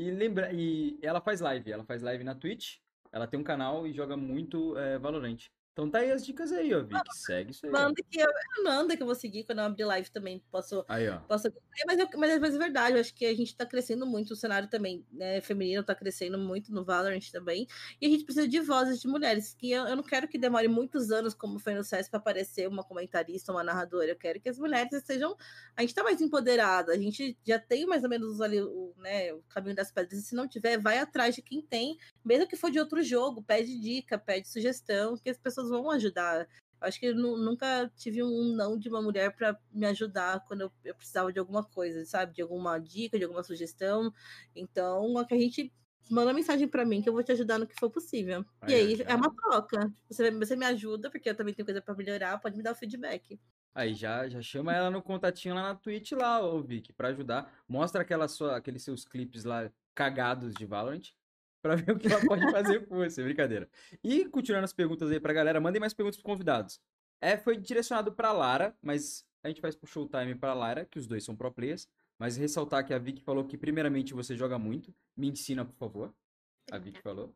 E ela faz live na Twitch, ela tem um canal e joga muito Valorant. Então tá aí as dicas aí, ó, Vic. Segue isso aí, ó. Manda que eu vou seguir quando eu abrir live também. Aí, ó. Mas é verdade, eu acho que a gente tá crescendo muito, o cenário também, né, feminino tá crescendo muito no Valorant também. E a gente precisa de vozes de mulheres, que eu não quero que demore muitos anos, como foi no CS, para aparecer uma comentarista, uma narradora. Eu quero que as mulheres sejam. A gente tá mais empoderada, a gente já tem mais ou menos ali né, o caminho das pedras. E se não tiver, vai atrás de quem tem, mesmo que for de outro jogo, pede dica, pede sugestão, que as pessoas vão ajudar. Acho que eu nunca tive um não de uma mulher para me ajudar quando eu precisava de alguma coisa, sabe? De alguma dica, de alguma sugestão. Então, a gente manda mensagem para mim que eu vou te ajudar no que for possível. E aí é uma troca. Você me ajuda, porque eu também tenho coisa para melhorar, pode me dar o feedback. Aí já chama ela no contatinho lá na Twitch lá, ô Vic, pra ajudar. Mostra aqueles seus clipes lá cagados de Valorant pra ver o que ela pode fazer por você, brincadeira. E continuando as perguntas aí pra galera, mandem mais perguntas pros convidados. Foi direcionado pra Lara, mas a gente faz pro Showtime pra Lara, que os dois são pro players. Mas ressaltar que a Vic falou que primeiramente você joga muito. Me ensina, por favor. A Vic falou.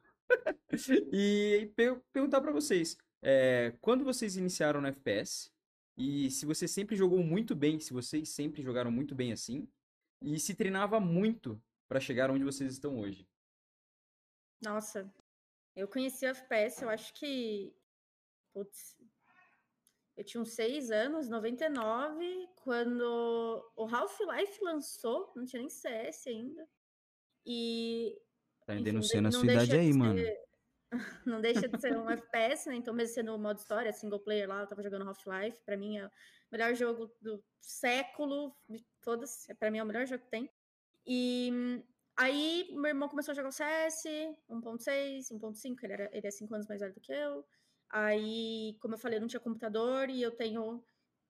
E perguntar pra vocês, quando vocês iniciaram no FPS, e se você sempre jogou muito bem, se vocês sempre jogaram muito bem assim, e se treinava muito pra chegar onde vocês estão hoje. Nossa, eu conheci o FPS, eu acho que. Putz, eu tinha uns 6 anos, 99, quando o Half-Life lançou, não tinha nem CS ainda. E, Tá enfim, denunciando a não sua idade deixa de aí, ser, mano. não deixa de ser um FPS, né? Então, mesmo sendo modo história, single player lá, eu tava jogando Half-Life. Pra mim é o melhor jogo do século, de todas. Pra mim é o melhor jogo que tem. E aí, meu irmão começou a jogar o CS 1.6, 1.5, ele é 5 anos mais velho do que eu. Aí, como eu falei, eu não tinha computador e eu tenho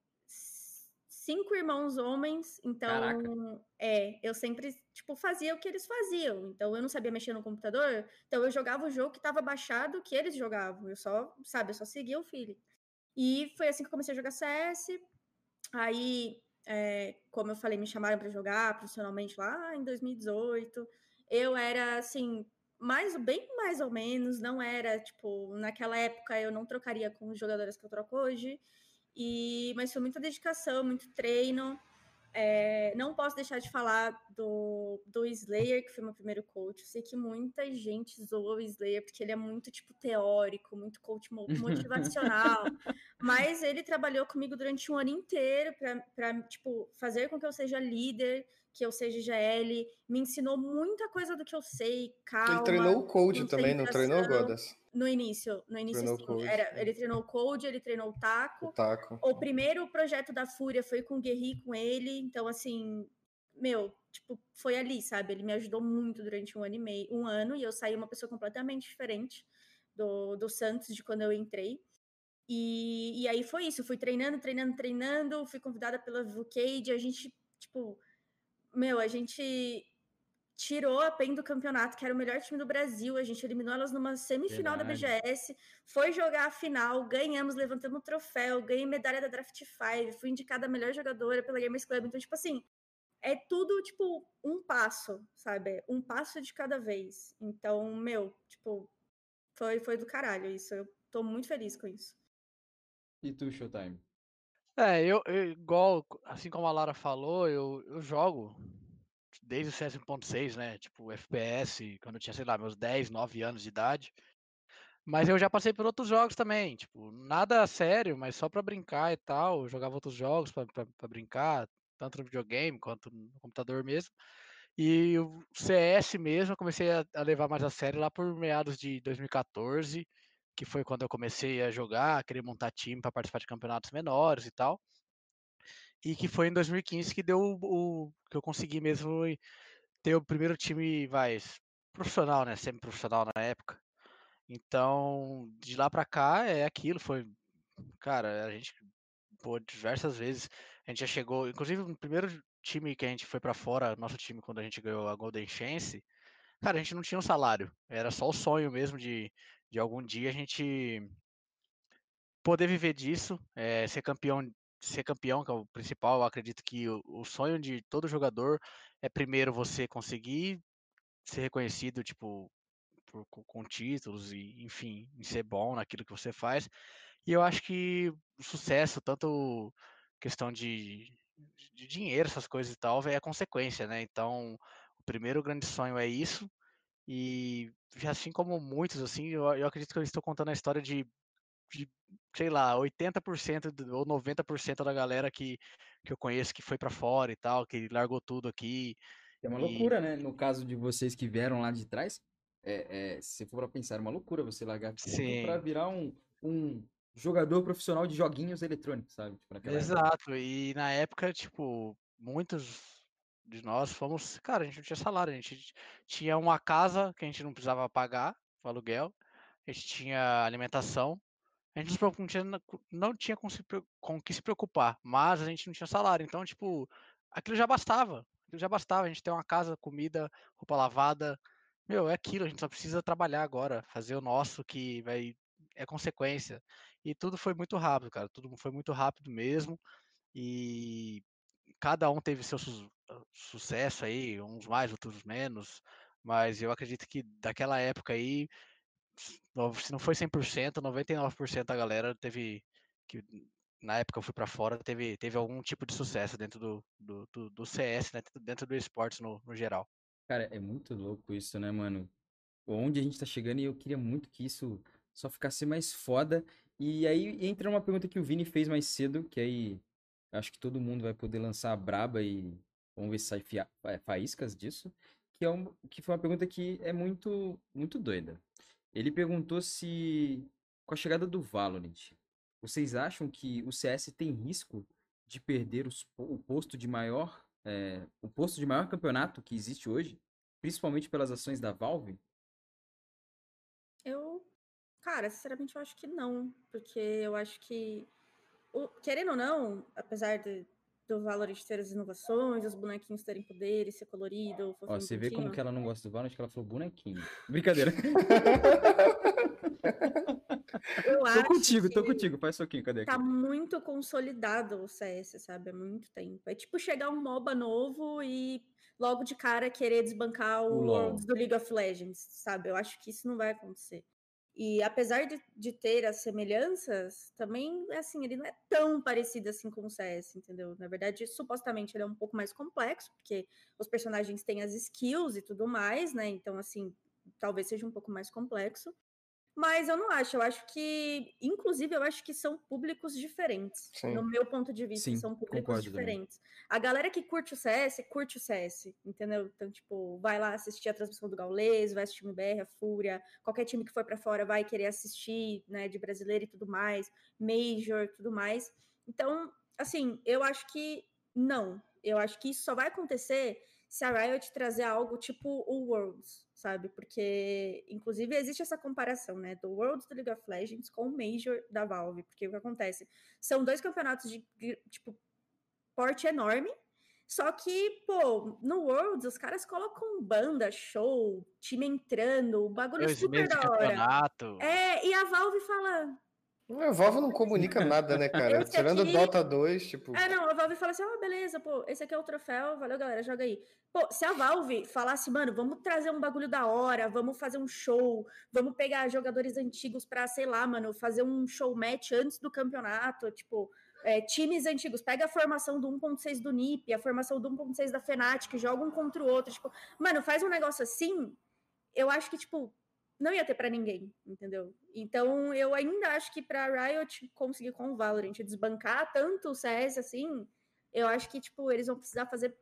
5 irmãos homens, Caraca. então eu sempre tipo fazia o que eles faziam. Então eu não sabia mexer no computador, então eu jogava o jogo que estava baixado que eles jogavam. Eu só seguia o feeling. E foi assim que eu comecei a jogar CS. Aí, como eu falei, me chamaram para jogar profissionalmente lá em 2018. Eu era assim, bem mais ou menos, não era tipo, naquela época eu não trocaria com os jogadores que eu troco hoje. Mas foi muita dedicação, muito treino. Não posso deixar de falar do Slayer, que foi meu primeiro coach. Eu sei que muita gente zoa o Slayer, porque ele é muito, tipo, teórico, muito coach motivacional. Mas ele trabalhou comigo durante um ano inteiro para tipo, fazer com que eu seja líder, que eu seja GL. Me ensinou muita coisa do que eu sei, calma. Ele treinou o Code também, não treinou, Godas? No início Treinou sim. Code. Ele treinou o Code, ele treinou o Taco. O Taco. O primeiro projeto da Fúria foi com o Guerri, com ele. Então, assim, tipo, foi ali, sabe? Ele me ajudou muito durante um ano, e eu saí uma pessoa completamente diferente do Santos de quando eu entrei. E aí foi isso, fui treinando, fui convidada pela Vucade, a gente, tipo, a gente tirou a PEN do campeonato, que era o melhor time do Brasil, a gente eliminou elas numa semifinal da BGS, foi jogar a final, ganhamos, levantamos o troféu, ganhei medalha da Draft 5, fui indicada a melhor jogadora pela Gamers Club, então, tipo assim, é tudo, tipo, um passo, sabe? Um passo de cada vez. Então, tipo, foi do caralho isso, eu tô muito feliz com isso. E tu, Showtime? Eu igual, assim como a Lara falou, eu jogo desde o CS 1.6, né? Tipo, FPS, quando eu tinha, sei lá, meus 10, 9 anos de idade. Mas eu já passei por outros jogos também, tipo, nada sério, mas só pra brincar e tal. Eu jogava outros jogos pra brincar, tanto no videogame quanto no computador mesmo. E o CS mesmo, eu comecei a levar mais a sério lá por meados de 2014, que foi quando eu comecei a jogar, querer montar time para participar de campeonatos menores e tal. E que foi em 2015 que deu que eu consegui mesmo ter o primeiro time, profissional, né? Semi-profissional na época. Então, de lá pra cá é aquilo, cara, a gente diversas vezes, a gente já chegou, inclusive no primeiro time que a gente foi pra fora, nosso time quando a gente ganhou a Golden Chance, cara, a gente não tinha um salário, era só o sonho mesmo de algum dia a gente poder viver disso, ser campeão, que é o principal. Eu acredito que o sonho de todo jogador é primeiro você conseguir ser reconhecido, tipo, com títulos e, enfim, em ser bom naquilo que você faz. E eu acho que o sucesso, tanto questão de dinheiro, essas coisas e tal, é a consequência, né? Então, o primeiro grande sonho é isso. E assim como muitos, assim, eu acredito que eu estou contando a história de, sei lá, 80% ou 90% da galera que eu conheço que foi pra fora e tal, que largou tudo aqui. É uma E loucura, né? No caso de vocês que vieram lá de trás, se for pra pensar, é uma loucura você largar tudo pra sim, virar um jogador profissional de joguinhos eletrônicos, sabe? Tipo, naquela época. exato. E na época, tipo, muitos de nós fomos, cara, a gente não tinha salário, a gente tinha uma casa que a gente não precisava pagar o aluguel, a gente tinha alimentação. A gente não tinha com o que se preocupar, mas a gente não tinha salário. Então, tipo, aquilo já bastava. Aquilo já bastava. A gente tem uma casa, comida, roupa lavada. Meu, é aquilo. A gente só precisa trabalhar agora, fazer o nosso que é consequência. E tudo foi muito rápido, cara. Tudo foi muito rápido mesmo. E cada um teve seu sucesso aí, uns mais, outros menos. Mas eu acredito que daquela época aí se não foi 100%, 99% da galera que na época eu fui pra fora, teve algum tipo de sucesso dentro do CS, né? Dentro do esportes no geral. Cara, é muito louco isso, né, mano? Onde a gente tá chegando e eu queria muito que isso só ficasse mais foda. E aí entra uma pergunta que o Vini fez mais cedo, que aí acho que todo mundo vai poder lançar a braba e vamos ver se sai faíscas disso, que foi uma pergunta que é muito, muito doida. Ele perguntou se, com a chegada do Valorant, vocês acham que o CS tem risco de perder o posto de maior campeonato que existe hoje, principalmente pelas ações da Valve? Eu, cara, sinceramente, eu acho que não. Porque eu acho que, querendo ou não, apesar do Valorant ter as inovações, os bonequinhos terem poderes, ser colorido, Ó, fofinho, você vê como bonitinho. que ela não gosta do Valorant, que ela falou bonequinho. Brincadeira. Eu acho Tô que contigo, faz soquinho, cadê tá aqui? muito consolidado o CS, sabe? Há muito tempo. É tipo chegar um MOBA novo e logo de cara querer desbancar O o LoL. Worlds do League of Legends, sabe? Eu acho que isso não vai acontecer. E apesar de ter as semelhanças, também, assim, ele não é tão parecido assim com o CS, entendeu? Na verdade, supostamente ele é um pouco mais complexo, porque os personagens têm as skills e tudo mais, né? Então, assim, talvez seja um pouco mais complexo. Mas eu não acho, eu acho que, inclusive, eu acho que são públicos diferentes. No Sim. meu ponto de vista, Sim, são públicos concordo também. diferentes. A galera que curte o CS, entendeu? Então, tipo, vai lá assistir a transmissão do Gaules, vai assistir o MBR, a Fúria, qualquer time que for para fora vai querer assistir, né, de brasileiro e tudo mais, Major, tudo mais. Então, assim, eu acho que não. Eu acho que isso só vai acontecer se a Riot trazer algo tipo o Worlds, sabe? Porque, inclusive, existe essa comparação, né? Do Worlds do League of Legends com o Major da Valve. Porque o que acontece? São dois campeonatos de tipo, porte enorme. Só que, pô, no Worlds os caras colocam banda, show, time entrando, o bagulho 2 meses super de da hora. campeonato. E a Valve fala, A Valve não comunica nada, né, cara? esse Tirando o aqui Dota 2, tipo. não, a Valve fala assim, beleza, pô, esse aqui é o troféu, valeu, galera, joga aí. Pô, se a Valve falasse, mano, vamos trazer um bagulho da hora, vamos fazer um show, vamos pegar jogadores antigos pra, sei lá, mano, fazer um show match antes do campeonato, tipo, times antigos, pega a formação do 1.6 do NiP, a formação do 1.6 da Fnatic, joga um contra o outro, tipo, mano, faz um negócio assim, eu acho que, tipo, não ia ter para ninguém, entendeu? Então, eu ainda acho que para Riot conseguir com o Valorant desbancar tanto o CS assim, eu acho que, tipo, eles vão precisar fazer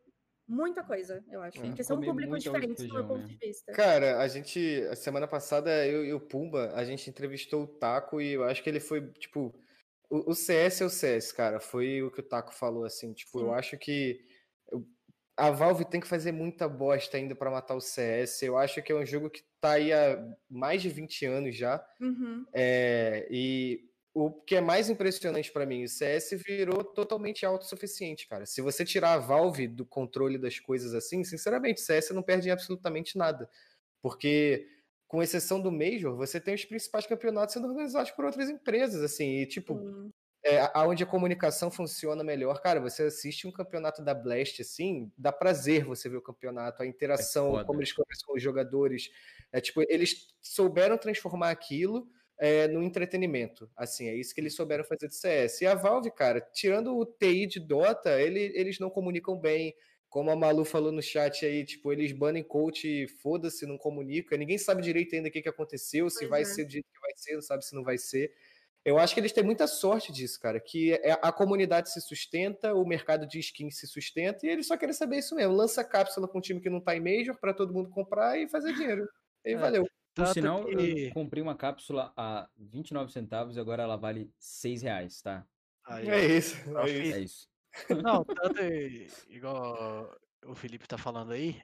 muita coisa, eu acho. É. Porque são Comer públicos muito arroz e diferentes do meu feijão, ponto né? de vista. Cara, a semana passada, eu e o Pumba, a gente entrevistou o Taco e eu acho que ele foi, tipo, o CS é o CS, cara, foi o que o Taco falou, assim, tipo, eu Sim. acho que a Valve tem que fazer muita bosta ainda pra matar o CS, eu acho que é um jogo que tá aí há mais de 20 anos já, Uhum. e o que é mais impressionante pra mim, o CS virou totalmente autossuficiente, cara. Se você tirar a Valve do controle das coisas assim, sinceramente, o CS não perde em absolutamente nada. Porque, com exceção do Major, você tem os principais campeonatos sendo organizados por outras empresas, assim, e tipo, Sim. aonde a comunicação funciona melhor, cara, você assiste um campeonato da Blast, assim, dá prazer você ver o campeonato, a interação, foda. como eles conversam com os jogadores, tipo, eles souberam transformar aquilo no entretenimento, assim, é isso que eles souberam fazer de CS. E a Valve, cara, tirando o TI de Dota, eles não comunicam bem, como a Malu falou no chat aí, tipo, eles banem coach e foda-se, não comunica, ninguém sabe direito ainda o que aconteceu, se Pois vai é. ser do jeito que vai ser, não sabe se não vai ser. Eu acho que eles têm muita sorte disso, cara, que a comunidade se sustenta, o mercado de skins se sustenta, e eles só querem saber isso mesmo. Lança cápsula com um time que não tá em Major para todo mundo comprar e fazer dinheiro. E É, valeu. Por tanto sinal, eu que. comprei uma cápsula a 29 centavos e agora ela vale R$ 6, tá? Aí, É ó. isso, é Profit. É isso. isso. Não, tanto igual o Felipe tá falando aí,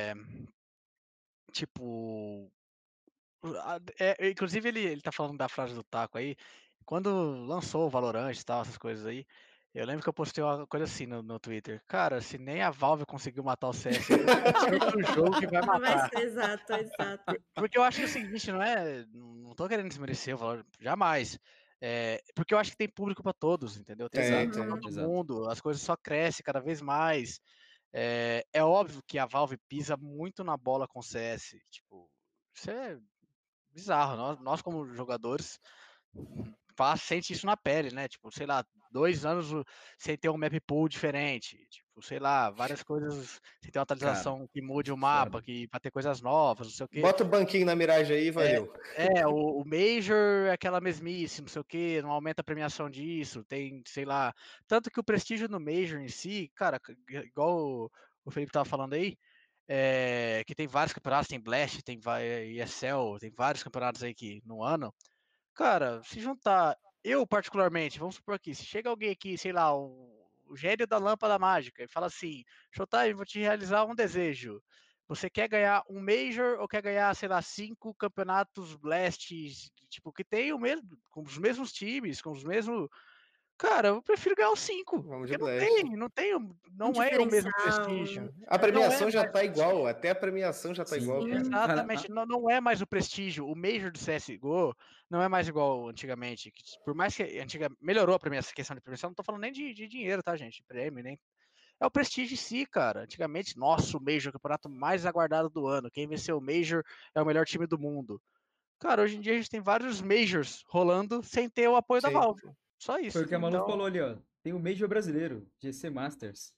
tipo. Inclusive, ele tá falando da frase do Taco aí. Quando lançou o Valorant e tal, essas coisas aí, eu lembro que eu postei uma coisa assim no Twitter. Cara, se nem a Valve conseguiu matar o CS ainda, vai ser outro jogo que vai Vai matar. ser, exato. Porque eu acho que é o seguinte, não tô querendo desmerecer o Valorant, jamais. Porque eu acho que tem público pra todos, entendeu? Tem Tem, público pra tem. todo Exato. mundo, as coisas só crescem cada vez mais. É óbvio que a Valve pisa muito na bola com o CS. Tipo, isso é bizarro. Nós como jogadores, sente isso na pele, né? Tipo, sei lá, 2 anos sem ter um map pool diferente. Tipo, sei lá, várias coisas sem ter uma Cara, atualização que mude o foda. mapa, pra ter coisas novas, não sei o quê. Bota o banquinho na miragem aí e valeu. O Major é aquela mesmice, não sei o quê, não aumenta a premiação disso, tem, sei lá. Tanto que o prestígio no Major em si, cara, igual o Felipe tava falando aí, que tem vários campeonatos, tem Blast, tem ESL, tem vários campeonatos aí que no ano. Cara, se juntar, eu particularmente, vamos supor aqui, se chega alguém aqui, sei lá, o gênio da lâmpada mágica, e fala assim: Showtime, vou te realizar um desejo. Você quer ganhar um Major ou quer ganhar, sei lá, 5 campeonatos Blasts, tipo, que tem o mesmo, com os mesmos times, com os mesmos. Cara, eu prefiro ganhar os 5, Vamos de porque Blast. Um não é o mesmo diferencial. prestígio. A Não é premiação já mais o tá prestígio. igual, até a premiação já tá igual, Sim. cara. Cara, Exatamente, não é mais o prestígio. O Major do CSGO não é mais igual antigamente. Por mais que melhorou a questão de premiação, não tô falando nem de dinheiro, tá, gente? Prêmio, nem. É o prestígio em si, cara. Antigamente, nossa, o Major, o campeonato mais aguardado do ano. Quem venceu o Major é o melhor time do mundo. Cara, hoje em dia a gente tem vários Majors rolando sem ter o apoio da Sim. Valve. Só foi isso. o que a Malu Então, falou ali, ó. Tem o Major brasileiro, GC Masters.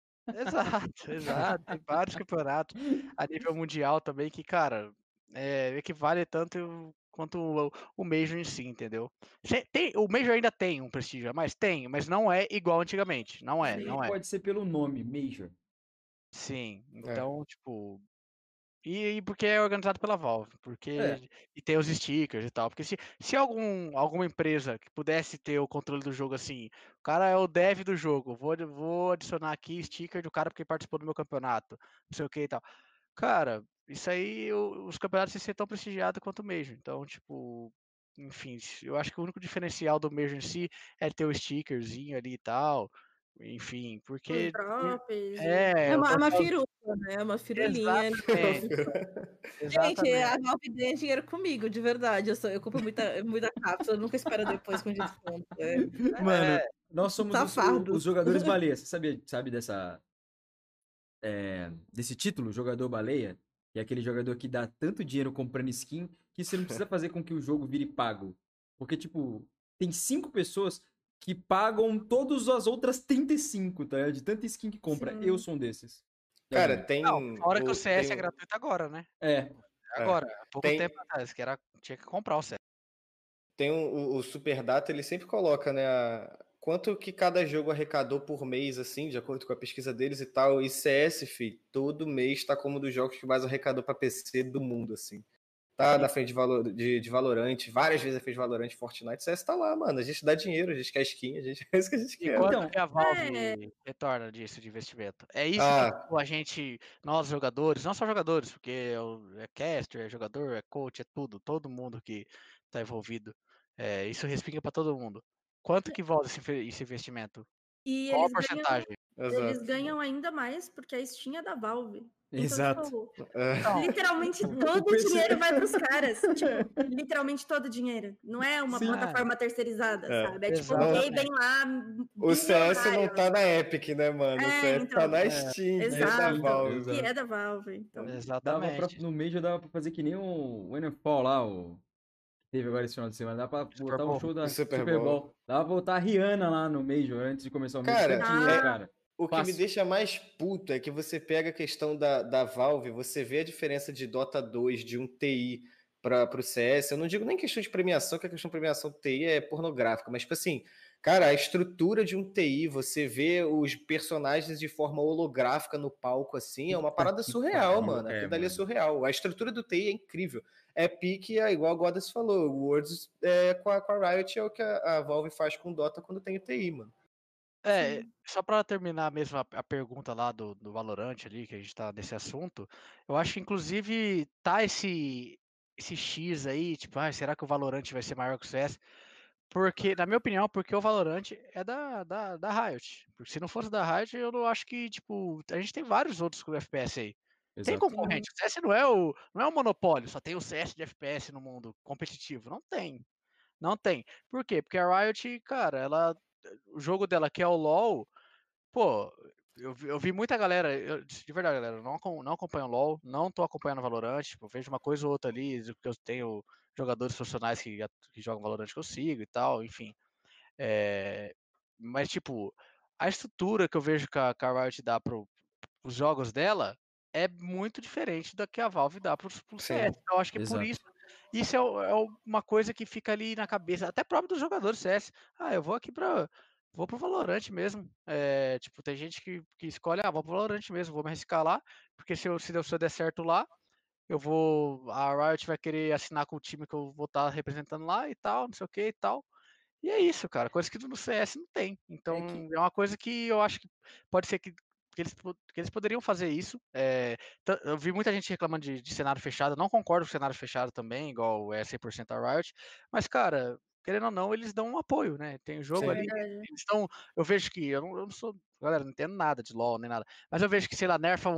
exato. Tem vários campeonatos a nível mundial também que, cara, equivale tanto quanto o Major em si, entendeu? O Major ainda tem um prestígio, mas não é igual antigamente. Não é, Nem não é. pode ser pelo nome, Major. Sim, É. então, tipo. E porque é organizado pela Valve, É. e tem os stickers e tal. Porque se alguma empresa que pudesse ter o controle do jogo assim, o cara é o dev do jogo, vou adicionar aqui sticker do cara porque participou do meu campeonato, não sei o que e tal. Cara, isso aí, os campeonatos iam ser tão prestigiados quanto o Major. Então, tipo, enfim, eu acho que o único diferencial do Major em si é ter o stickerzinho ali e tal. Enfim, Os porque. drops. É O uma troféu. firula, né? É uma firulinha. Exatamente. Gente, a Exatamente. Valve ganha dinheiro comigo, de verdade. Eu compro muita cápsula, nunca espero depois com desconto. Mano, nós somos os Safados. jogadores baleia. Você sabe desse título, jogador baleia? Que é aquele jogador que dá tanto dinheiro comprando skin que você não precisa fazer com que o jogo vire pago. Porque, tipo, tem 5 pessoas que pagam todas as outras 35, tá ligado? De tanta skin que compra. Sim. Eu sou um desses. Já Cara, vi. Não, tem. fora que o CS é Tem, gratuito agora, né? É. Agora, há pouco tem, tempo atrás, tinha que comprar o CS. tem o Superdata, ele sempre coloca, né? quanto que cada jogo arrecadou por mês, assim, de acordo com a pesquisa deles e tal. E CS, fi, todo mês tá como um dos jogos que mais arrecadou pra PC do mundo, assim. Tá na frente de Valorant, várias vezes a frente de Valorant, Fortnite, CS tá lá, mano. A gente dá dinheiro, a gente quer skin, é isso que a gente E quer. quanto Então, que a Valve retorna disso de investimento? É isso que Ah, tipo, a gente, nós jogadores, não só jogadores, porque é caster, é jogador, é coach, é tudo, todo mundo que tá envolvido. Isso respinga para todo mundo. Quanto que volta esse investimento? E Qual a porcentagem? eles exato. ganham ainda mais porque a Steam é da Valve. Então, exato. tipo, É, Então, literalmente O todo o PC dinheiro vai pros caras. Tipo, literalmente todo o dinheiro. Não é uma Sim. plataforma terceirizada, É. sabe? É tipo um Não, Gaben lá, o CS não bilionário. tá na Epic, né, mano? O CS tá Então, na Steam, que é da Steam, Valve. que exato. é da Valve. Então, Dava pra, exatamente. no Major dava pra fazer que nem o NFL lá, o que teve agora esse final de semana. Dá pra Super botar o Bowl. show da O Super Super Bowl. Bowl. Dá pra botar a Rihanna lá no Major antes de começar o Major. Fica Cara, dinheiro, Ah. cara. o que me Fácil. deixa mais puto é que você pega a questão da Valve, você vê a diferença de Dota 2, de um TI para o CS. Eu não digo nem questão de premiação, que a questão de premiação do TI é pornográfica, mas, tipo assim, cara, a estrutura de um TI, você vê os personagens de forma holográfica no palco, assim, é uma Puta parada que surreal, pariu. mano. Aquilo É, dali é mano. surreal. A estrutura do TI é incrível. É pique, igual a Goddess falou, o Worlds com a Riot é o que a Valve faz com o Dota quando tem o TI, mano. Só para terminar mesmo a pergunta lá do Valorant ali, que a gente tá nesse assunto, eu acho que inclusive tá esse X aí, tipo, será que o Valorant vai ser maior que o CS? Porque, na minha opinião, porque o Valorant é da Riot. Porque se não fosse da Riot, eu não acho que, tipo, a gente tem vários outros com FPS aí. Tem Exato. concorrente. O CS não é um monopólio, só tem o CS de FPS no mundo competitivo. Não tem. Não tem. Por quê? Porque a Riot, cara, o jogo dela que é o LoL, pô, eu vi muita galera, de verdade, galera, eu não acompanho o LoL, não tô acompanhando Valorant, tipo, vejo uma coisa ou outra ali, porque eu tenho jogadores profissionais que jogam Valorant que eu sigo e tal, enfim. Mas, tipo, a estrutura que eu vejo que a Riot dá os jogos dela é muito diferente da que a Valve dá pro CS. Sim. Então, acho que por Exato. isso uma coisa que fica ali na cabeça, até próprio dos jogadores CS. Eu vou aqui vou pro Valorant mesmo. Tipo, tem gente que escolhe, vou pro Valorant mesmo, vou me arriscar lá, porque se eu der certo lá, a Riot vai querer assinar com o time que eu vou estar representando lá e tal, não sei o que e tal. E é isso, cara, coisa que no CS não tem. Então, que- é uma coisa que eu acho que pode ser que eles poderiam fazer isso. Eu vi muita gente reclamando de cenário fechado, não concordo com cenário fechado também, igual é 100% a Riot, mas, cara, querendo ou não, eles dão um apoio, né? Tem o jogo Sim. ali, verdade. eles estão. Eu vejo que, eu não sou, galera, não entendo nada de LoL nem nada, mas eu vejo que, sei lá, nerfa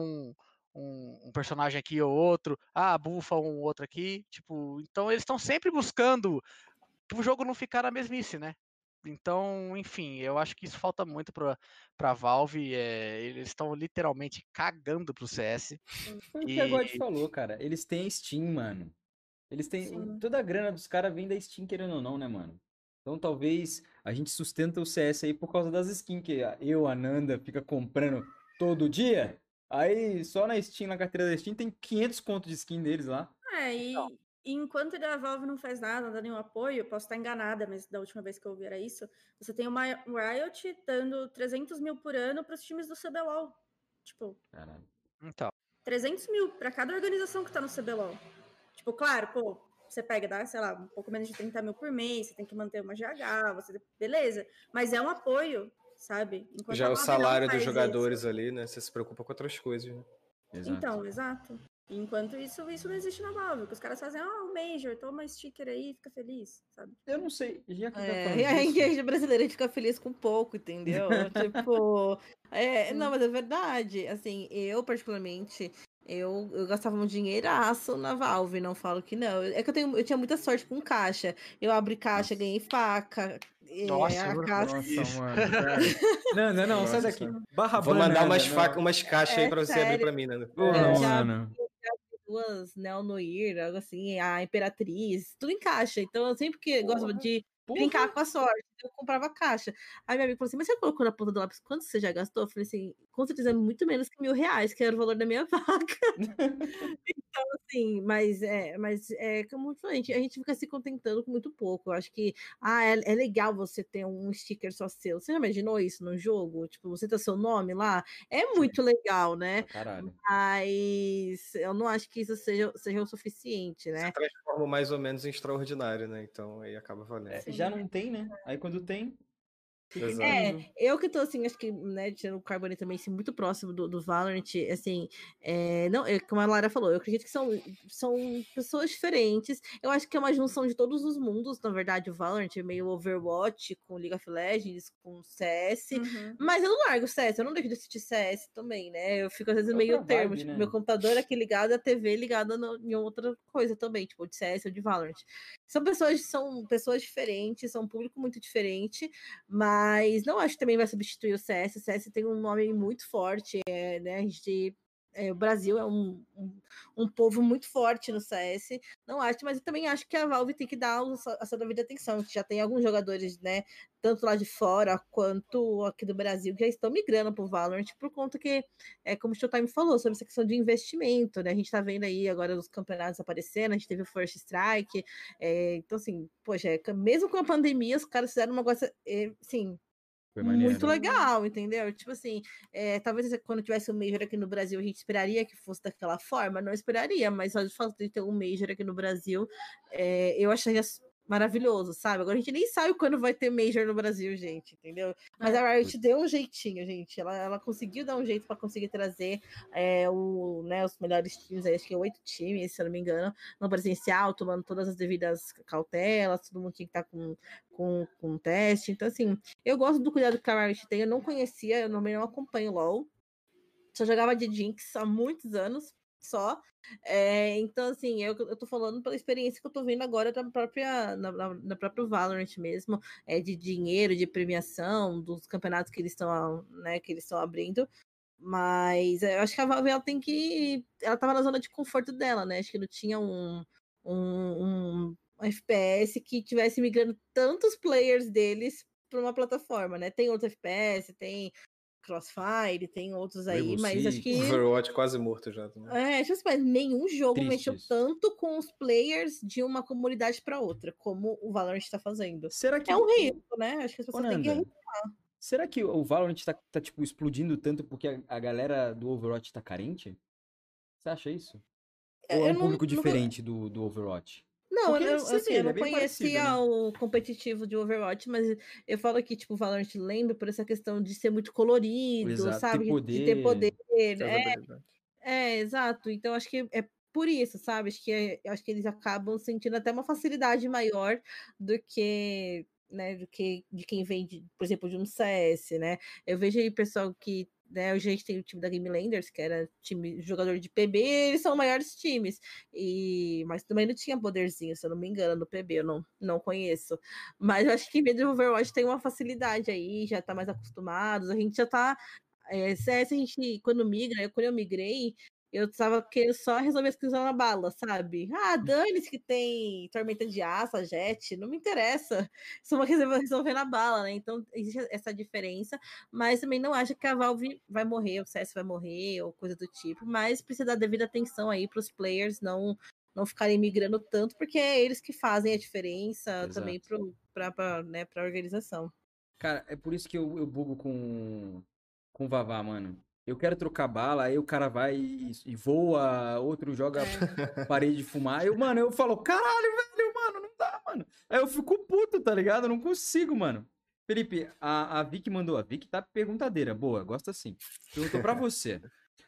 um personagem aqui ou outro, bufa um outro aqui, tipo, então eles estão sempre buscando o jogo não ficar na mesmice, né? Então, enfim, eu acho que isso falta muito pra Valve. Eles estão literalmente cagando pro CS. Foi o que a E God falou, cara. Eles têm a Steam, mano. Eles têm. Sim. Toda a grana dos caras vem da Steam, querendo ou não, né, mano? Então talvez a gente sustenta o CS aí por causa das skins que a Nanda, fica comprando todo dia. Aí só na Steam, na carteira da Steam, tem 500 conto de skin deles lá. então, E enquanto a Valve não faz nada, não dá nenhum apoio, posso estar enganada, mas da última vez que eu ouvi era isso, você tem uma Riot dando 300 mil por ano para os times do CBLOL. Tipo, Caralho. então, 300 mil para cada organização que tá no CBLOL. Tipo, claro, pô, você pega, dá, sei lá, um pouco menos de 30 mil por mês, você tem que manter uma GH, beleza. Mas é um apoio, sabe? Enquanto Já a é o Valve não salário dos faz jogadores isso. ali, né? Você se preocupa com outras coisas, né? Exato. Então, exato. Enquanto isso não existe na Valve, que os caras fazem, o Major, toma sticker aí, fica feliz, sabe? Eu não sei, já que tá E falando a disso. gente brasileira a gente fica feliz com pouco, entendeu? Tipo, não, mas é verdade. Assim, eu particularmente, eu gastava um dinheiraço na Valve, não falo que não. É que eu tinha muita sorte com caixa. Eu abri caixa, Nossa. ganhei faca. nossa, A eu caixa. Nossa, isso. mano, cara. Não, sai Nossa. daqui. Barra Vou mandar banana, não. umas caixas aí É pra você abrir sério, pra mim, Nando. Porra, eu já mano. duas Neonoir, algo assim, a Imperatriz, tudo em caixa. Então eu sempre que gosto de brincar com a sorte, eu comprava caixa. Aí meu amigo falou assim: mas você colocou na ponta do lápis quanto você já gastou? Eu falei assim: com certeza muito menos que R$1.000, que era o valor da minha vaca. Então, assim, mas como eu falei, a gente fica se contentando com muito pouco. Eu acho que é legal você ter um sticker só seu. Você já imaginou isso no jogo? Tipo, você ter seu nome lá? É muito legal, né? Pra caralho. Mas eu não acho que isso seja o suficiente, né? Você transforma mais ou menos em extraordinário, né? Então aí acaba valendo. Já não tem, né? Aí quando tem, fica Exato. incrível. Eu que tô, assim, acho que, né, tirando o Carbone também, assim, muito próximo do Valorant, assim, não, como a Lara falou, eu acredito que são pessoas diferentes. Eu acho que é uma junção de todos os mundos, na verdade, o Valorant é meio Overwatch com League of Legends, com CS, mas eu não largo o CS, eu não deixo de assistir CS também, né? Eu fico, às vezes, meio termo, vibe, tipo, né? meu computador aqui ligado, a TV ligada em outra coisa também, tipo, de CS ou de Valorant. São pessoas diferentes, são um público muito diferente, mas não acho que também vai substituir o CS. O CS tem um nome muito forte, né? O Brasil é um povo muito forte no CS. Não acho, mas eu também acho que a Valve tem que dar a sua devida atenção. Já tem alguns jogadores, né? Tanto lá de fora quanto aqui do Brasil, que já estão migrando para o Valorant por conta que, como o Showtime falou, sobre essa questão de investimento, né? A gente está vendo aí agora os campeonatos aparecendo, a gente teve o First Strike. Então, assim, poxa, mesmo com a pandemia, os caras fizeram uma coisa, assim, Foi maneiro. muito legal, entendeu? Tipo assim, talvez quando tivesse um Major aqui no Brasil, a gente esperaria que fosse daquela forma, não esperaria, mas só de fato de ter um Major aqui no Brasil, eu acharia maravilhoso, sabe? Agora a gente nem sabe quando vai ter Major no Brasil, gente, entendeu? Mas a Riot deu um jeitinho, gente. Ela conseguiu dar um jeito para conseguir trazer os melhores times, acho que 8 times, se eu não me engano, no presencial, tomando todas as devidas cautelas, todo mundo tinha que estar com teste. Então, assim, eu gosto do cuidado que a Riot tem. Eu não conhecia, eu não acompanho LoL. Só jogava de Jinx há muitos anos só. Então, assim, eu tô falando pela experiência que eu tô vendo agora na própria Valorant mesmo, de dinheiro, de premiação, dos campeonatos que eles estão, né, que eles estão abrindo. Mas eu acho que a Valve ela tava na zona de conforto dela, né? Acho que não tinha um FPS que tivesse migrando tantos players deles para uma plataforma, né? Tem outros FPS, tem Crossfire, tem outros aí, Rainbow mas acho Six. que Overwatch quase morto já também. tipo assim, nenhum jogo Triste mexeu isso. tanto com os players de uma comunidade para outra, como o Valorant está fazendo. Será que É um risco, né? Acho que as pessoas têm que Nanda, será que o Valorant tá tipo, explodindo tanto porque a galera do Overwatch tá carente? Você acha isso? Ou é Eu um não- público não- diferente do Overwatch? Não, Porque você assim, vê, eu ele não é bem parecido, conhecia né? o competitivo de Overwatch, mas eu falo que, tipo, o Valorant lembra por essa questão de ser muito colorido, Exato, ter sabe? De ter poder. poder. Essas habilidades. Exato. Então, acho que é por isso, sabe? Acho que eles acabam sentindo até uma facilidade maior do que, né, do que de quem vem, por exemplo, de um CS, né? Eu vejo aí pessoal que, né, a gente tem o time da Game Landers, que era time jogador de PB, eles são maiores times. Mas também não tinha poderzinho, se eu não me engano, no PB, eu não conheço. Mas eu acho que meio do Overwatch tem uma facilidade aí, já tá mais acostumados, a gente já tá CS, a gente, quando eu migrei, eu tava querendo só resolver as coisas na bala, sabe? Dane-se que tem Tormenta de Aço, Jet, não me interessa. Só vou resolver na bala, né? Então, existe essa diferença, mas também não acho que a Valve vai morrer, o CS vai morrer, ou coisa do tipo, mas precisa dar devida atenção aí para os players não ficarem migrando tanto, porque é eles que fazem a diferença também né, pra organização. Cara, é por isso que eu bugo com o Vavá, mano. Eu quero trocar bala, aí o cara vai e voa, outro joga parede de fumar. Eu falo, caralho, velho, mano, não dá, mano. Aí eu fico puto, tá ligado? Eu não consigo, mano. Felipe, a Vicky mandou. A Vicky tá perguntadeira. Boa, gosta assim. Perguntou pra você.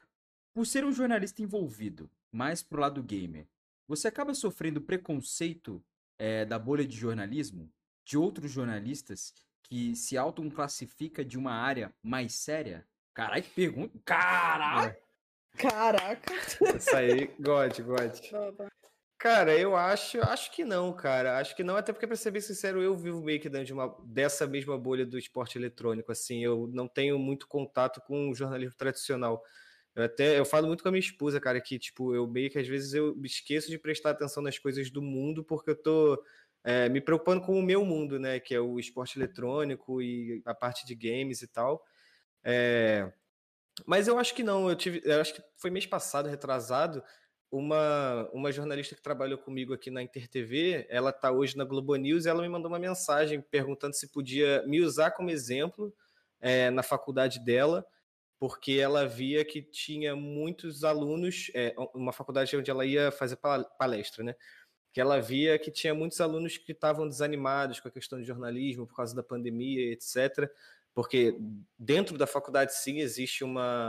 Por ser um jornalista envolvido, mais pro lado gamer, você acaba sofrendo preconceito da bolha de jornalismo de outros jornalistas que se autoclassifica de uma área mais séria? Caralho, que pergunta. Caralho! Caraca! Isso aí, God. Cara, eu acho que não, cara. Acho que não, até porque, pra ser bem sincero, eu vivo meio que dentro dessa mesma bolha do esporte eletrônico, assim. Eu não tenho muito contato com o jornalismo tradicional. Eu falo muito com a minha esposa, cara, que, tipo, eu meio que às vezes eu me esqueço de prestar atenção nas coisas do mundo porque eu tô me preocupando com o meu mundo, né, que é o esporte eletrônico e a parte de games e tal. Mas eu acho que não, eu acho que foi mês passado, retrasado, uma jornalista que trabalhou comigo aqui na InterTV, ela tá hoje na Globo News, e ela me mandou uma mensagem perguntando se podia me usar como exemplo na faculdade dela, porque ela via que tinha muitos alunos, uma faculdade onde ela ia fazer palestra, né? Que ela via que tinha muitos alunos que estavam desanimados com a questão de jornalismo por causa da pandemia, etc. Porque dentro da faculdade, sim, existe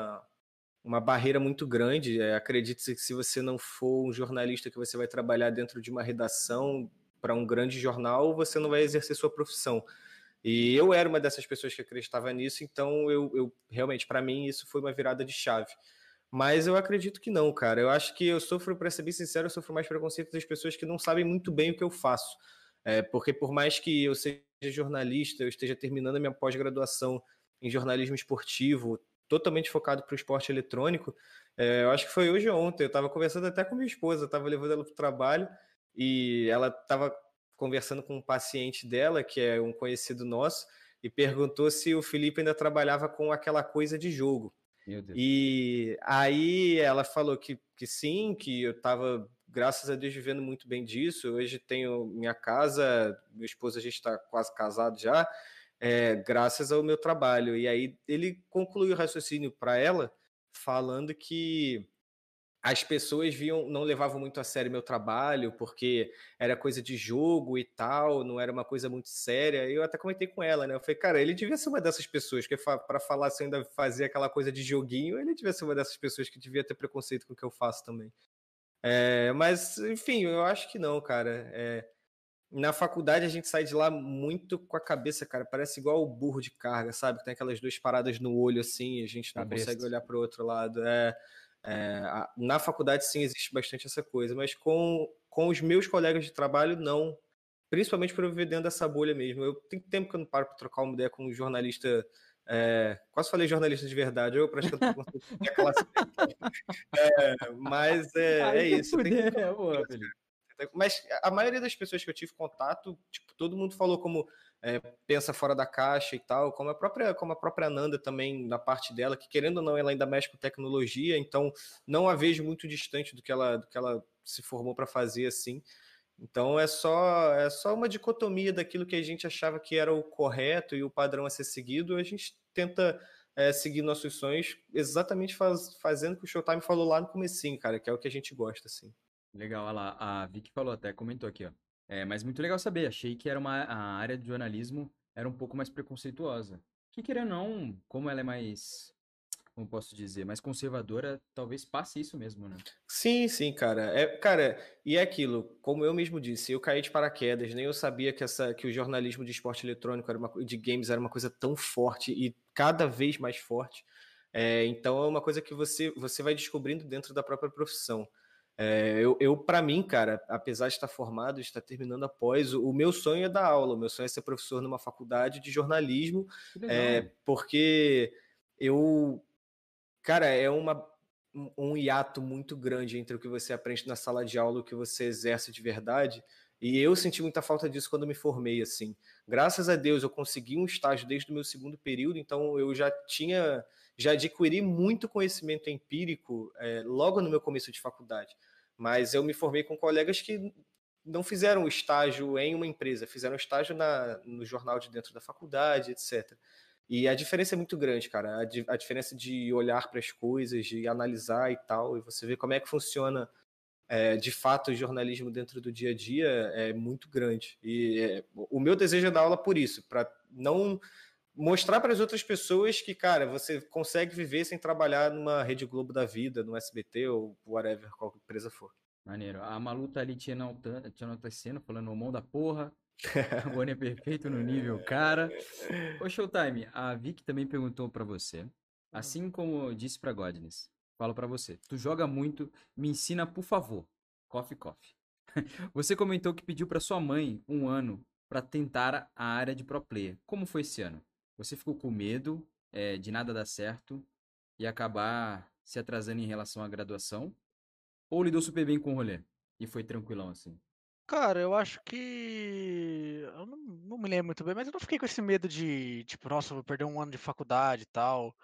uma barreira muito grande. Acredite-se que se você não for um jornalista que você vai trabalhar dentro de uma redação para um grande jornal, você não vai exercer sua profissão. E eu era uma dessas pessoas que acreditava nisso, então eu realmente, para mim, isso foi uma virada de chave. Mas eu acredito que não, cara. Eu acho que eu sofro, para ser bem sincero, eu sofro mais preconceito das pessoas que não sabem muito bem o que eu faço. Porque por mais que eu seja jornalista, eu esteja terminando a minha pós-graduação em jornalismo esportivo, totalmente focado para o esporte eletrônico, eu acho que foi hoje ou ontem, eu estava conversando até com minha esposa, estava levando ela para o trabalho e ela estava conversando com um paciente dela, que é um conhecido nosso, e perguntou se o Felipe ainda trabalhava com aquela coisa de jogo. Meu Deus. E aí ela falou que sim, que eu estava, graças a Deus, vivendo muito bem disso. Hoje tenho minha casa, minha esposa, a gente está quase casado já, graças ao meu trabalho. E aí ele concluiu o raciocínio para ela, falando que as pessoas não levavam muito a sério meu trabalho, porque era coisa de jogo e tal, não era uma coisa muito séria. Eu até comentei com ela, né? Eu falei, cara, ele devia ser uma dessas pessoas que, para falar se eu ainda fazia aquela coisa de joguinho, ele devia ser uma dessas pessoas que devia ter preconceito com o que eu faço também. Mas, enfim, eu acho que não, cara. Na faculdade a gente sai de lá muito com a cabeça, cara, parece igual o burro de carga, sabe? Tem aquelas duas paradas no olho assim, e a gente não consegue olhar para o outro lado. Na faculdade, sim, existe bastante essa coisa, mas com os meus colegas de trabalho, não. Principalmente por eu viver dentro dessa bolha mesmo. Eu tenho tempo que eu não paro para trocar uma ideia com um jornalista. Quase falei jornalista de verdade, eu praticando preconceito com a classe média. Mas é isso. Mas a maioria das pessoas que eu tive contato, tipo, todo mundo falou como pensa fora da caixa e tal, como a própria Nanda também, na parte dela, que querendo ou não, ela ainda mexe com tecnologia, então não a vejo muito distante do que ela se formou para fazer, assim. Então é só uma dicotomia daquilo que a gente achava que era o correto e o padrão a ser seguido, a gente tenta seguir nossos sonhos exatamente fazendo o que o Showtime falou lá no comecinho, cara, que é o que a gente gosta, assim. Legal, olha lá, a Vicky falou até, comentou aqui, ó. Mas muito legal saber, achei que a área de jornalismo era um pouco mais preconceituosa. Que querendo ou não, como ela é mais, como posso dizer, mais conservadora, talvez passe isso mesmo, né? Sim, sim, cara. Cara, e é aquilo, como eu mesmo disse, eu caí de paraquedas, nem eu sabia que o jornalismo de esporte eletrônico de games era uma coisa tão forte e cada vez mais forte. Então é uma coisa que você vai descobrindo dentro da própria profissão. Eu para mim, cara, apesar de estar formado, de estar terminando após, o meu sonho é dar aula, o meu sonho é ser professor numa faculdade de jornalismo, Que legal. porque eu, cara, um hiato muito grande entre o que você aprende na sala de aula e o que você exerce de verdade. E eu senti muita falta disso quando me formei, assim. Graças a Deus eu consegui um estágio desde o meu segundo período, então eu já adquiri muito conhecimento empírico logo no meu começo de faculdade. Mas eu me formei com colegas que não fizeram estágio em uma empresa, fizeram estágio no jornal de dentro da faculdade, etc. E a diferença é muito grande, cara. A diferença de olhar para as coisas, de analisar e tal, e você ver como é que funciona de fato o jornalismo dentro do dia a dia é muito grande. E o meu desejo é dar aula por isso, para não mostrar para as outras pessoas que, cara, você consegue viver sem trabalhar numa Rede Globo da vida, no SBT ou whatever, qual empresa for. Maneiro. A Malu tá ali te enaltecendo, falando o mão da porra. A Bonnie é perfeito no nível, cara. Ô, Showtime, a Vicky também perguntou pra você. Assim como eu disse pra Godness, falo pra você. Tu joga muito, me ensina, por favor. Coffee, coffee. Você comentou que pediu pra sua mãe um ano pra tentar a área de pro player. Como foi esse ano? Você ficou com medo de nada dar certo e acabar se atrasando em relação à graduação? Ou lidou super bem com o rolê e foi tranquilão assim? Cara, eu acho que. Eu não me lembro muito bem, mas eu não fiquei com esse medo de, tipo, nossa, eu vou perder um ano de faculdade e tal.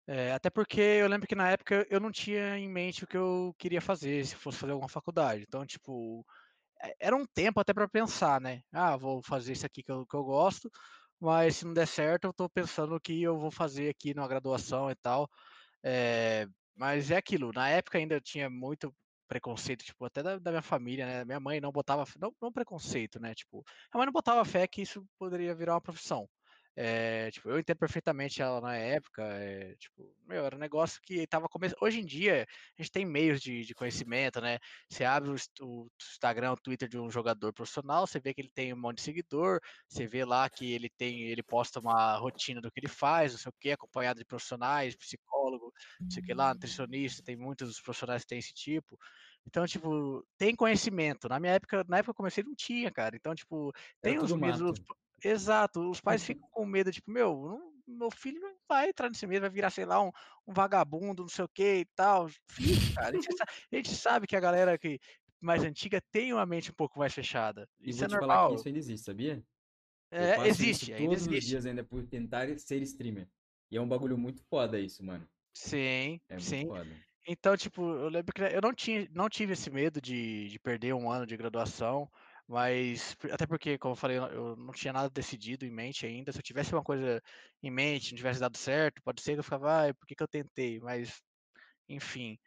Até porque eu lembro que na época eu não tinha em mente o que eu queria fazer, se fosse fazer alguma faculdade. Então, tipo, era um tempo até para pensar, né? Ah, vou fazer isso aqui que eu gosto, mas se não der certo, eu tô pensando o que eu vou fazer aqui na graduação e tal. Eh, mas é aquilo, na época ainda eu tinha muito preconceito, tipo, até da minha família, né, minha mãe não botava não preconceito, né, tipo, minha mãe não botava fé que isso poderia virar uma profissão. Tipo, eu entendo perfeitamente ela na época, tipo, meu, era um negócio que estava começando. Hoje em dia, a gente tem meios de conhecimento, né, você abre o Instagram, o Twitter de um jogador profissional, você vê que ele tem um monte de seguidor, você vê lá que ele posta uma rotina do que ele faz, não sei o quê, acompanhado de profissionais, psicólogo, não sei o que lá, nutricionista, tem muitos profissionais que têm esse tipo. Então, tipo, tem conhecimento. Na época que eu comecei não tinha, cara. Então, tipo, Era tem os tudo medos. mato. Exato, os pais ficam com medo, tipo, meu filho não vai entrar nesse meio, vai virar, sei lá, um vagabundo, não sei o que e tal. Fica, cara. A gente sabe que a galera que mais antiga tem uma mente um pouco mais fechada. E Isso vou é te falar que normal. isso ainda existe, sabia? Eu passo isso Existe, ainda todos os existe. dias ainda por tentar ser streamer. E é um bagulho muito foda isso, mano. Sim, É muito sim. foda. Então, tipo, eu lembro que eu não tive esse medo de perder um ano de graduação, mas até porque, como eu falei, eu não tinha nada decidido em mente ainda. Se eu tivesse uma coisa em mente, não tivesse dado certo, pode ser que eu ficava, ai, por que que eu tentei? Mas enfim,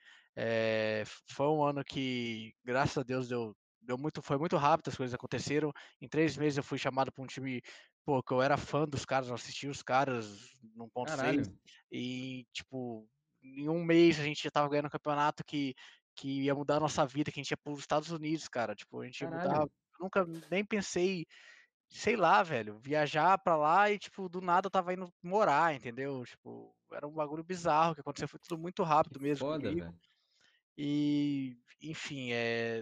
foi um ano que, graças a Deus, foi muito rápido, as coisas aconteceram. Em 3 meses eu fui chamado para um time, pô, que eu era fã dos caras, eu assistia os caras no 1.6, Caralho. e, tipo, em 1 mês a gente já estava ganhando um campeonato que ia mudar a nossa vida, que a gente ia para os Estados Unidos, cara. Tipo, a gente ia mudar. Caralho. Eu nunca nem pensei, sei lá, velho, viajar pra lá e, tipo, do nada eu estava indo morar, entendeu? Tipo, era um bagulho bizarro que aconteceu, foi tudo muito Que rápido mesmo foda, comigo. velho. E, enfim,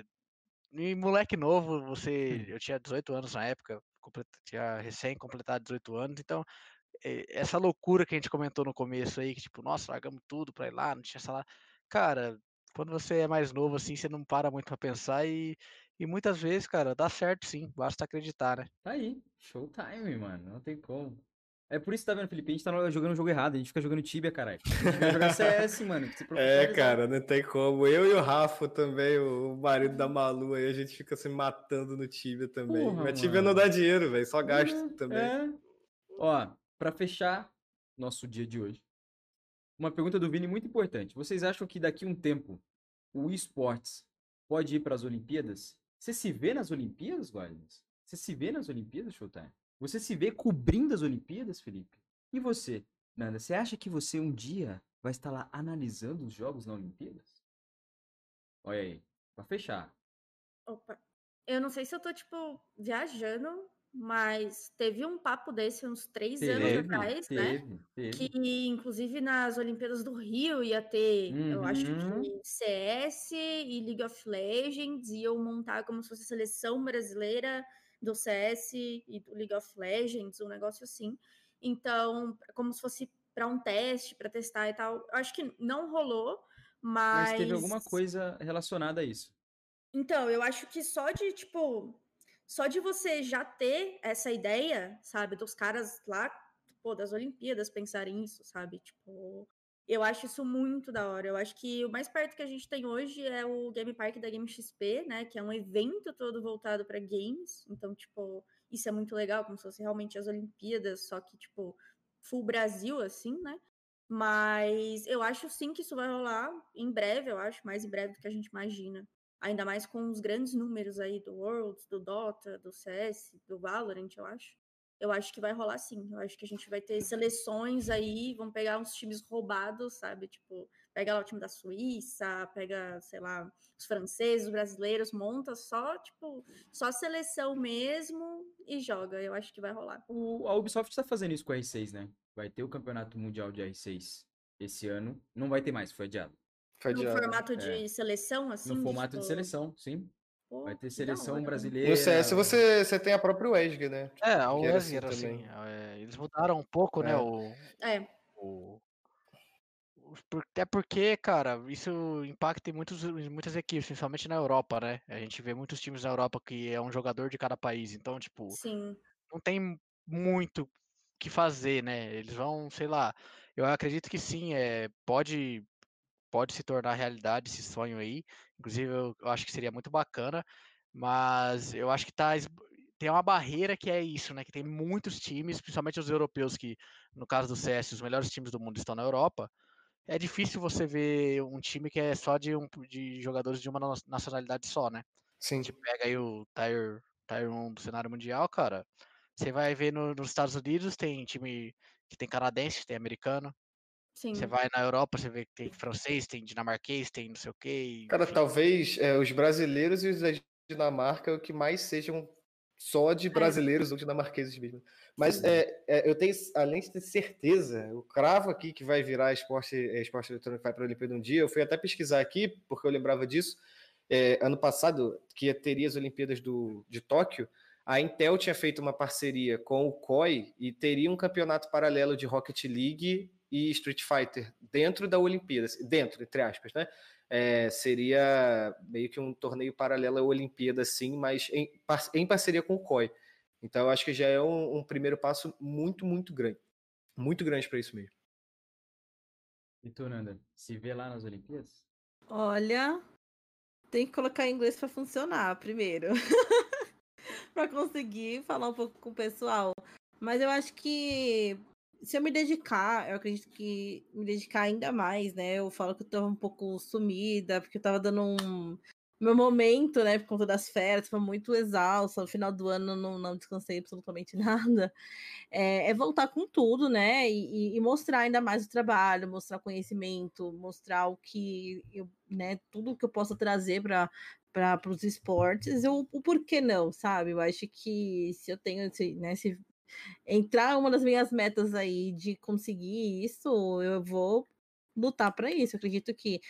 e moleque novo, eu tinha 18 anos na época, tinha recém completado 18 anos, então, essa loucura que a gente comentou no começo aí, que tipo, nossa, largamos tudo pra ir lá, não tinha salário. Cara, quando você é mais novo assim, você não para muito pra pensar e muitas vezes, cara, dá certo sim, basta acreditar, né? Tá aí. Showtime, mano. Não tem como. É por isso que tá vendo, Felipe? A gente tá jogando o jogo errado. A gente fica jogando Tibia, caralho. A gente devia jogar CS, mano. Que se É, profissionalizar. cara, não tem como. Eu e o Rafa também, o marido da Malu aí, a gente fica se matando no Tibia também. Porra, Mas Tibia não dá mano. dinheiro, velho, só gasto também. É. Ó, pra fechar nosso dia de hoje, uma pergunta do Vini muito importante. Vocês acham que daqui a um tempo o esportes pode ir para as Olimpíadas? Você se vê nas Olimpíadas, Guardians? Você se vê nas Olimpíadas, Showtime? Você se vê cobrindo as Olimpíadas, Felipe? E você, Nanda, você acha que você um dia vai estar lá analisando os jogos na Olimpíadas? Olha aí, pra fechar. Opa. Eu não sei se eu tô, tipo, viajando, mas teve um papo desse uns 3 anos Teve, atrás, né? teve, Que, teve. inclusive, nas Olimpíadas do Rio ia ter, eu acho Uhum. que CS e League of Legends iam montar como se fosse a seleção brasileira do CS e do League of Legends, um negócio assim. Então, como se fosse para um teste, para testar e tal. Eu acho que não rolou, Mas teve alguma mas coisa relacionada a isso. então, eu acho que só de você já ter essa ideia, sabe, dos caras lá, pô, das Olimpíadas pensarem isso, sabe? Tipo, eu acho isso muito da hora. Eu acho que o mais perto que a gente tem hoje é o Game Park da Game XP, né, que é um evento todo voltado para games. Então, tipo, isso é muito legal, como se fosse realmente as Olimpíadas, só que tipo full Brasil assim, né? Mas eu acho sim que isso vai rolar em breve, eu acho, mais em breve do que a gente imagina. Ainda mais com os grandes números aí do Worlds, do Dota, do CS, do Valorant, eu acho. Eu acho que vai rolar sim. Eu acho que a gente vai ter seleções aí, vão pegar uns times roubados, sabe? Tipo, pega lá o time da Suíça, pega, sei lá, os franceses, os brasileiros, monta só, tipo, só seleção mesmo e joga. Eu acho que vai rolar. A Ubisoft está fazendo isso com a R6, né? Vai ter o Campeonato Mundial de R6 esse ano. Não vai ter mais, foi adiado. Foi No adiado. formato É, de seleção, no assim, de formato de tipo, seleção, sim. Vai pô, ter que da seleção hora, mano. No CS brasileira. você tem a própria WESG, né? A Que era UESG assim era assim, também. eles mudaram um pouco, né, É. É, o até porque, cara, isso impacta em muitas equipes, principalmente na Europa, né? A gente vê muitos times na Europa que é um jogador de cada país, então, tipo, sim. não tem muito que fazer, né? Eles vão, sei lá. Eu acredito que sim, pode se tornar realidade esse sonho aí. Inclusive, eu acho que seria muito bacana, mas eu acho que tem uma barreira que é isso, né? Que tem muitos times, principalmente os europeus, que no caso do CS, os melhores times do mundo estão na Europa. É difícil você ver um time que é só de jogadores de uma nacionalidade só, né? A Sim. gente pega aí o Tier 1 do cenário mundial, cara. Você vai ver nos Estados Unidos, tem time que tem canadense, tem americano. Você Sim. vai na Europa, você vê que tem francês, tem dinamarquês, tem não sei o quê. Cara, Enfim. talvez os brasileiros e os da Dinamarca o que mais sejam só de brasileiros ou dinamarqueses mesmo. Mas eu tenho, além de ter certeza, eu cravo aqui que vai virar esporte eletrônico, vai para a Olimpíada um dia. Eu fui até pesquisar aqui, porque eu lembrava disso. Ano passado, que teria as Olimpíadas de Tóquio, a Intel tinha feito uma parceria com o COI e teria um campeonato paralelo de Rocket League e Street Fighter dentro da Olimpíada, dentro, entre aspas, né? Seria meio que um torneio paralelo à Olimpíada, sim, mas em parceria com o COI. Então, eu acho que já é um primeiro passo muito, muito grande para isso mesmo. E tu, Nanda, se vê lá nas Olimpíadas? Olha, tem que colocar inglês para funcionar primeiro. Para conseguir falar um pouco com o pessoal. Mas eu acho que se eu me dedicar, eu acredito que me dedicar ainda mais, né? Eu falo que eu tava um pouco sumida, porque eu tava dando meu momento, né? Por conta das férias, foi muito exausta. No final do ano não descansei absolutamente nada. É voltar com tudo, né? E mostrar ainda mais o trabalho, mostrar conhecimento, mostrar o que eu, né? Tudo que eu posso trazer para os esportes, o porquê não, sabe? Eu acho que se eu tenho, se entrar uma das minhas metas aí de conseguir isso, eu vou lutar para isso. Eu acredito que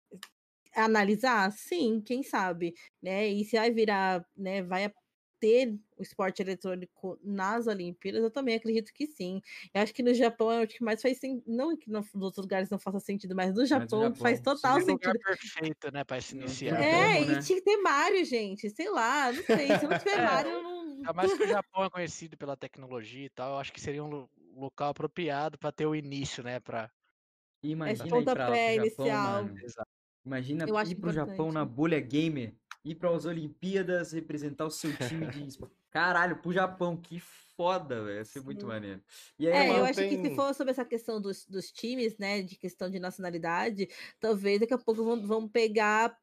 analisar, sim, quem sabe, né? E se vai virar, né? Vai ter o esporte eletrônico nas Olimpíadas, eu também acredito que sim. Eu acho que no Japão é o que mais faz sentido. Não que nos outros lugares não faça sentido, mas no Japão faz total Seria o lugar sentido. perfeito, né, para se Não iniciar. tem como, E né? tinha que ter Mario, gente. Sei lá, não sei. Se não tiver Mario, eu não. Ainda mais que o Japão é conhecido pela tecnologia e tal, eu acho que seria um local apropriado para ter o início, né, para Esse Imagina ir pra lá pro pontapé Japão, inicial, mano. Imagina eu ir acho pro Japão importante. na bolha gamer, ir para as Olimpíadas, representar o seu time de esporte. Caralho, pro Japão, que foda, velho. Ia ser muito Sim. maneiro. E aí, Eu Mano, acho que se tem. for sobre essa questão dos times, né, de questão de nacionalidade, talvez daqui a pouco vão pegar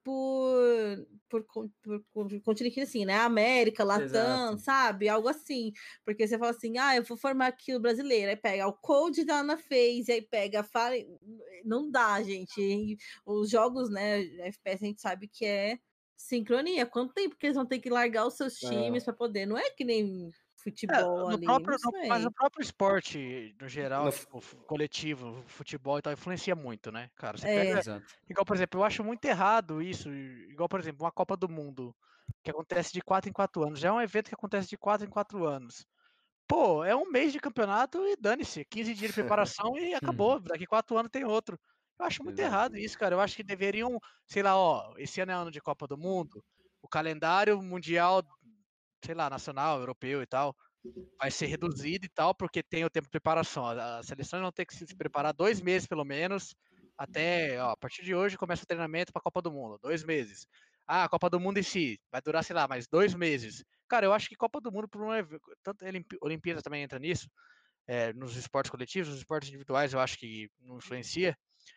por continente assim, né, América, Latam, exato. sabe? Algo assim. Porque você fala assim, eu vou formar aqui o brasileiro, aí pega o Code da Ana FaZe, aí pega, fala... Não dá, gente. E os jogos, né, FPS a gente sabe que é sincronia. Quanto tempo que eles vão ter que largar os seus times para poder? Não é que nem futebol ali, não mas o sei. próprio esporte, no geral, No, tipo, coletivo, futebol e tal, influencia muito, né, cara? Você É, pega, Exato. igual, por exemplo, eu acho muito errado isso, igual, por exemplo, uma Copa do Mundo, que acontece de 4 em 4 anos, já é um evento que acontece de 4 em 4 anos. Pô, é um mês de campeonato e dane-se, 15 dias de preparação e acabou, daqui 4 anos tem outro. Eu acho muito Exato. errado isso, cara, eu acho que deveriam, sei lá, ó, esse ano é ano de Copa do Mundo, o calendário mundial, sei lá, nacional, europeu e tal, vai ser reduzido e tal, porque tem o tempo de preparação. As seleções vão ter que se preparar 2 meses, pelo menos, até, ó, a partir de hoje começa o treinamento para a Copa do Mundo, 2 meses. Ah, a Copa do Mundo em si, vai durar, sei lá, mais 2 meses. Cara, eu acho que Copa do Mundo, por um tanto Olimpíada também entra nisso, nos esportes coletivos, nos esportes individuais, eu acho que não influencia.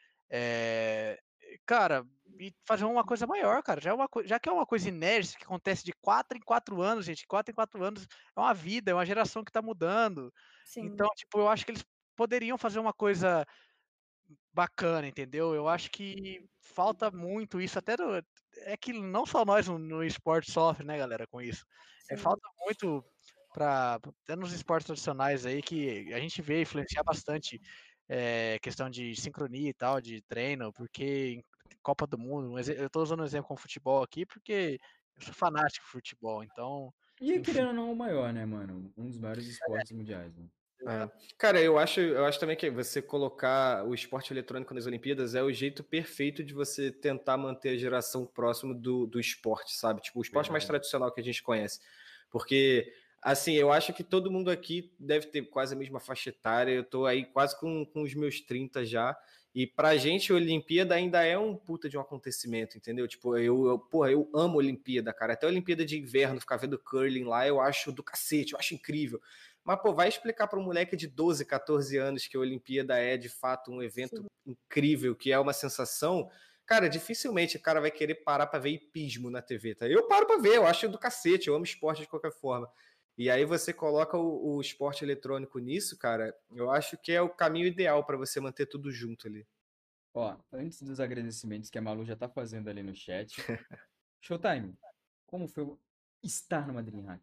É, cara, e fazer uma coisa maior, cara. Já que é uma coisa inédita que acontece de 4 em 4 anos, gente. 4 em 4 anos é uma vida, é uma geração que tá mudando. Sim. Então, tipo, eu acho que eles poderiam fazer uma coisa bacana, entendeu? Eu acho que falta muito isso, é que não só nós no esporte sofre, né, galera, com isso. Sim. Falta muito até nos esportes tradicionais aí que a gente vê influenciar bastante questão de sincronia e tal, de treino, porque em Copa do Mundo, eu tô usando um exemplo com futebol aqui porque eu sou fanático de futebol, então, E enfim. querendo ou não, o maior, né, mano? Um dos maiores esportes mundiais, né? Cara, eu acho também que você colocar o esporte eletrônico nas Olimpíadas é o jeito perfeito de você tentar manter a geração próximo do esporte, sabe? Tipo, o esporte mais Verdade. tradicional que a gente conhece. Porque Assim, eu acho que todo mundo aqui deve ter quase a mesma faixa etária. Eu tô aí quase com os meus 30 já. E pra gente, a Olimpíada ainda é um puta de um acontecimento, entendeu? Tipo, porra, eu amo a Olimpíada, cara. Até a Olimpíada de Inverno, ficar vendo curling lá, eu acho do cacete, eu acho incrível. Mas, pô, vai explicar para um moleque de 12, 14 anos que a Olimpíada é, de fato, um evento incrível, que é uma sensação. Cara, dificilmente o cara vai querer parar para ver hipismo na TV, tá? Eu paro para ver, eu acho do cacete, eu amo esporte de qualquer forma. E aí você coloca o esporte eletrônico nisso, cara, eu acho que é o caminho ideal para você manter tudo junto ali. Ó, antes dos agradecimentos que a Malu já tá fazendo ali no chat, Showtime, como foi estar numa DreamHack?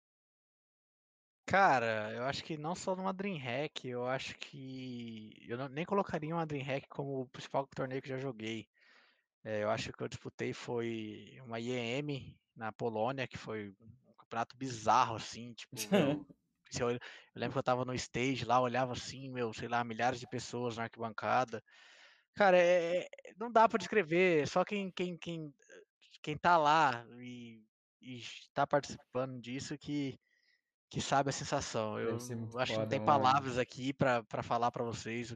Cara, eu acho que não só numa DreamHack, eu acho que nem colocaria uma DreamHack como o principal torneio que já joguei. Eu acho que eu disputei foi uma IEM na Polônia, que foi um campeonato bizarro, assim, tipo, eu lembro que eu tava no stage lá, olhava assim, sei lá, milhares de pessoas na arquibancada. Cara, não dá pra descrever, só quem tá lá e tá participando disso que sabe a sensação. Deve ser muito Eu acho que não foda, tem mano. palavras aqui pra falar pra vocês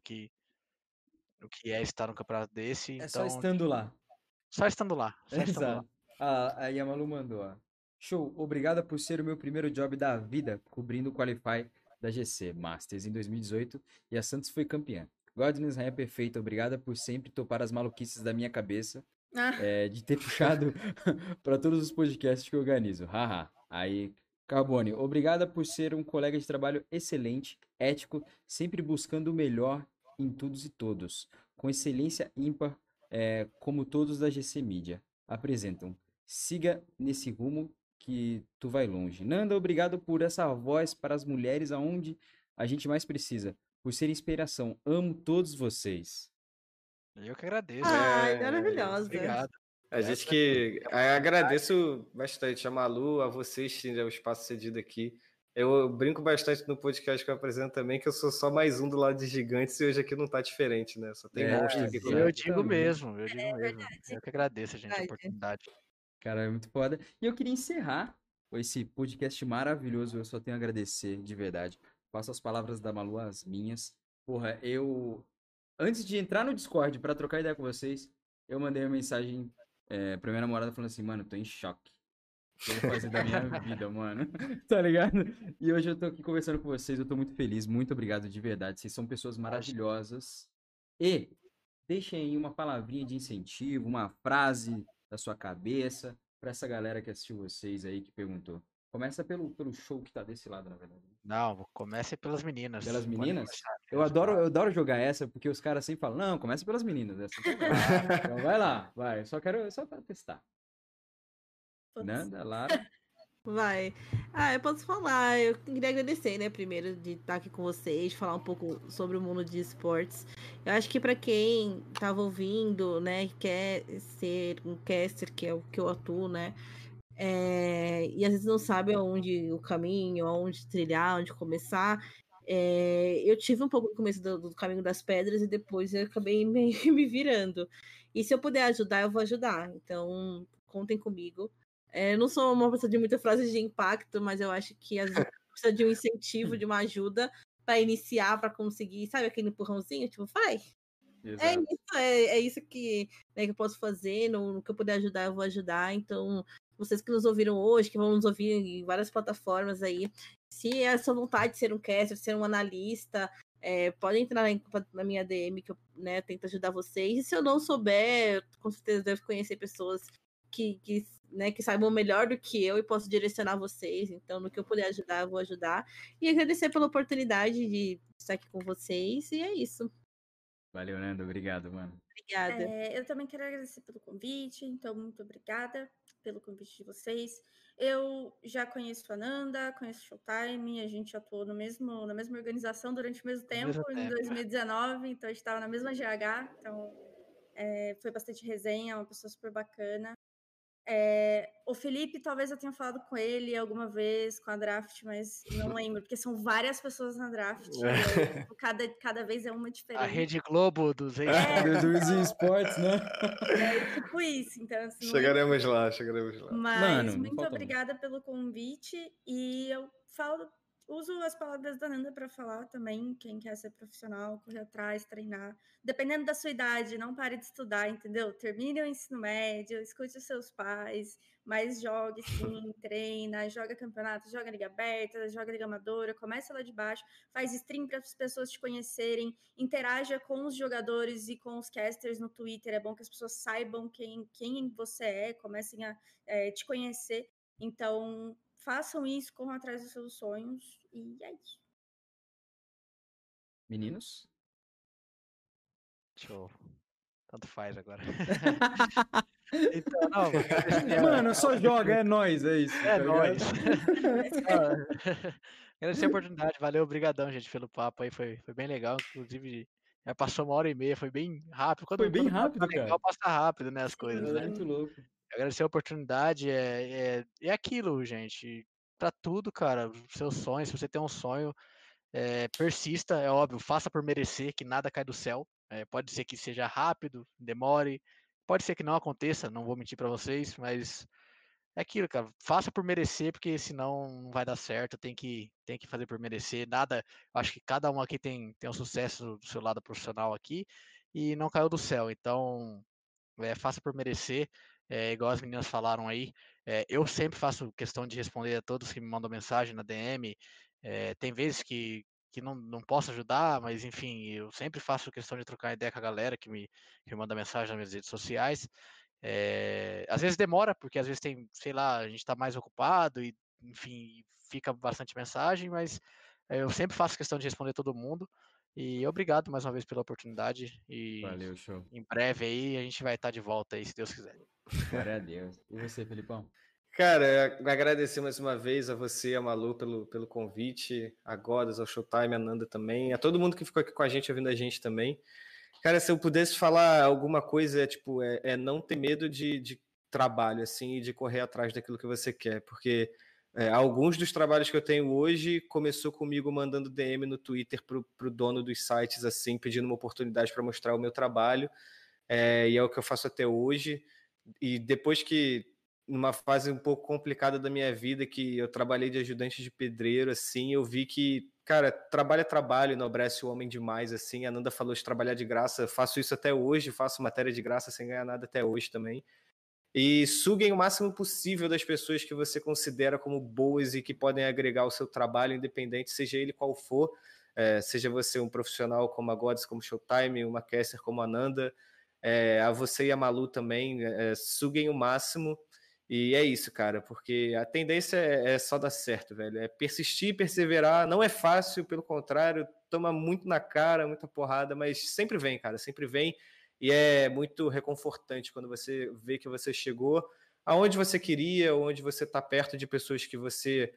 o que é estar num campeonato desse, É só então, estando lá. só estando lá, só estando lá. Exato. Aí a Malu mandou, ó. Show, obrigada por ser o meu primeiro job da vida, cobrindo o Qualify da GC Masters em 2018 e a Santos foi campeã. Godness é perfeita, obrigada por sempre topar as maluquices da minha cabeça, de ter puxado para todos os podcasts que eu organizo. Haha. Aí, Carbone, obrigada por ser um colega de trabalho excelente, ético, sempre buscando o melhor em todos e todos, com excelência ímpar, como todos da GC Media apresentam. Siga nesse rumo que tu vai longe. Nanda, obrigado por essa voz para as mulheres aonde a gente mais precisa, por ser inspiração. Amo todos vocês. Eu que agradeço. Ai, maravilhosa. Obrigado. A gente que agradeço bastante a Malu, a vocês terem o espaço cedido aqui. Eu brinco bastante no podcast que eu apresento também, que eu sou só mais um do lado de Gigantes e hoje aqui não tá diferente, né? Só tem monstro aqui comigo. Eu digo mesmo. Eu que agradeço, gente, a oportunidade. Cara, é muito foda. E eu queria encerrar esse podcast maravilhoso. Eu só tenho a agradecer, de verdade. Faço as palavras da Malu as minhas. Porra, antes de entrar no Discord pra trocar ideia com vocês, eu mandei uma mensagem pra minha namorada falando assim, mano, tô em choque. O que eu vou fazer da minha vida, mano? Tá ligado? E hoje eu tô aqui conversando com vocês, eu tô muito feliz. Muito obrigado, de verdade. Vocês são pessoas maravilhosas. E deixem aí uma palavrinha de incentivo, uma frase da sua cabeça pra essa galera que assistiu vocês aí, que perguntou. Começa pelo show que tá desse lado, na verdade. Não, comece pelas meninas. Pelas Pode meninas? começar. Eu adoro jogar essa, porque os caras sempre falam, não, começa pelas meninas. Então vai lá, vai. Só pra testar. Nanda, Lara. Vai. Eu posso falar. Eu queria agradecer, né, primeiro, de estar aqui com vocês, falar um pouco sobre o mundo de esportes. Eu acho que para quem tava ouvindo, né, quer ser um caster, que é o que eu atuo, né, e às vezes não sabe aonde o caminho, aonde trilhar, onde começar. Eu tive um pouco no começo do caminho das pedras e depois eu acabei me virando. E se eu puder ajudar, eu vou ajudar. Então, contem comigo. Eu não sou uma pessoa de muita frase de impacto, mas eu acho que às vezes precisa de um incentivo, de uma ajuda para iniciar, para conseguir, sabe, aquele empurrãozinho, tipo, vai. Exato. É isso que, né, que eu posso fazer, no que eu puder ajudar, eu vou ajudar. Então, vocês que nos ouviram hoje, que vão nos ouvir em várias plataformas aí, se é a sua vontade de ser um caster, de ser um analista, podem entrar na minha DM, que eu, né, tento ajudar vocês. E se eu não souber, com certeza deve conhecer pessoas que saibam melhor do que eu e posso direcionar vocês. Então, no que eu puder ajudar, eu vou ajudar. E agradecer pela oportunidade de estar aqui com vocês. E é isso. Valeu, Nanda. Obrigado, mano. Obrigada. Eu também quero agradecer pelo convite. Então, muito obrigada pelo convite de vocês. Eu já conheço a Nanda, conheço o Showtime. A gente atuou na mesma organização durante o mesmo tempo, em 2019. Então, a gente estava na mesma GH. Então, foi bastante resenha, uma pessoa super bacana. O Felipe, talvez eu tenha falado com ele alguma vez, com a Draft, mas não lembro, porque são várias pessoas na Draft. Tipo, cada vez é uma diferente. A Rede Globo dos Dos esportes, né? Tipo isso, então assim, Chegaremos lá. Mas Mano, muito obrigada pelo convite e eu uso as palavras da Nanda para falar também, quem quer ser profissional, correr atrás, treinar. Dependendo da sua idade, não pare de estudar, entendeu? Termine o ensino médio, escute os seus pais, mas jogue sim, treina, joga campeonato, joga liga aberta, joga liga amadora, começa lá de baixo, faz stream para as pessoas te conhecerem, interaja com os jogadores e com os casters no Twitter, é bom que as pessoas saibam quem você é, comecem a te conhecer. Então, façam isso, corram atrás dos seus sonhos e é isso. Meninos? Show. Tanto faz agora. Então, não, Mano, só joga, é nóis, é isso. é tá nóis. ligado? Agradecer a oportunidade, valeu, obrigadão, gente, pelo papo aí, foi bem legal, inclusive já passou 1h30, foi bem rápido. Foi bem Quando o papo rápido, tá legal, cara. passa rápido, né, as coisas, É né? muito louco. Agradecer a oportunidade, é aquilo, gente, pra tudo, cara, os seus sonhos, se você tem um sonho, persista, é óbvio, faça por merecer, que nada cai do céu, pode ser que seja rápido, demore, pode ser que não aconteça, não vou mentir pra vocês, mas é aquilo, cara, faça por merecer, porque senão não vai dar certo, tem que fazer por merecer, nada, acho que cada um aqui tem um sucesso do seu lado profissional aqui, e não caiu do céu, então faça por merecer, igual as meninas falaram aí. Eu sempre faço questão de responder a todos que me mandam mensagem na DM. Tem vezes que não posso ajudar, mas enfim, eu sempre faço questão de trocar ideia com a galera que me manda mensagem nas minhas redes sociais. Às vezes demora, porque às vezes tem, sei lá, a gente está mais ocupado e, enfim, fica bastante mensagem, mas eu sempre faço questão de responder todo mundo. E obrigado mais uma vez pela oportunidade. E Valeu, show. em breve aí a gente vai estar de volta aí, se Deus quiser. Glória a Deus. E você, Felipão? Cara, agradecer mais uma vez a você, a Malu, pelo convite, a Godas, ao Showtime, a Nanda também, a todo mundo que ficou aqui com a gente, ouvindo a gente também. Cara, se eu pudesse falar alguma coisa, não ter medo de trabalho, assim, e de correr atrás daquilo que você quer, porque alguns dos trabalhos que eu tenho hoje começou comigo mandando DM no Twitter pro dono dos sites, assim, pedindo uma oportunidade para mostrar o meu trabalho, e é o que eu faço até hoje. E depois que, numa fase um pouco complicada da minha vida, que eu trabalhei de ajudante de pedreiro, assim, eu vi que, cara, trabalho é trabalho, enobrece o homem demais, assim. A Nanda falou de trabalhar de graça, faço isso até hoje, faço matéria de graça sem ganhar nada até hoje também. E suguem o máximo possível das pessoas que você considera como boas e que podem agregar ao seu trabalho, independente, seja ele qual for, seja você um profissional como a Gods, como Showtime, uma caster como a Nanda, a você e a Malu também, suguem o máximo. E é isso, cara, porque a tendência é só dar certo, velho. É persistir, perseverar. Não é fácil, pelo contrário, toma muito na cara, muita porrada, mas sempre vem, cara, sempre vem. E é muito reconfortante quando você vê que você chegou aonde você queria, onde você está perto de pessoas que você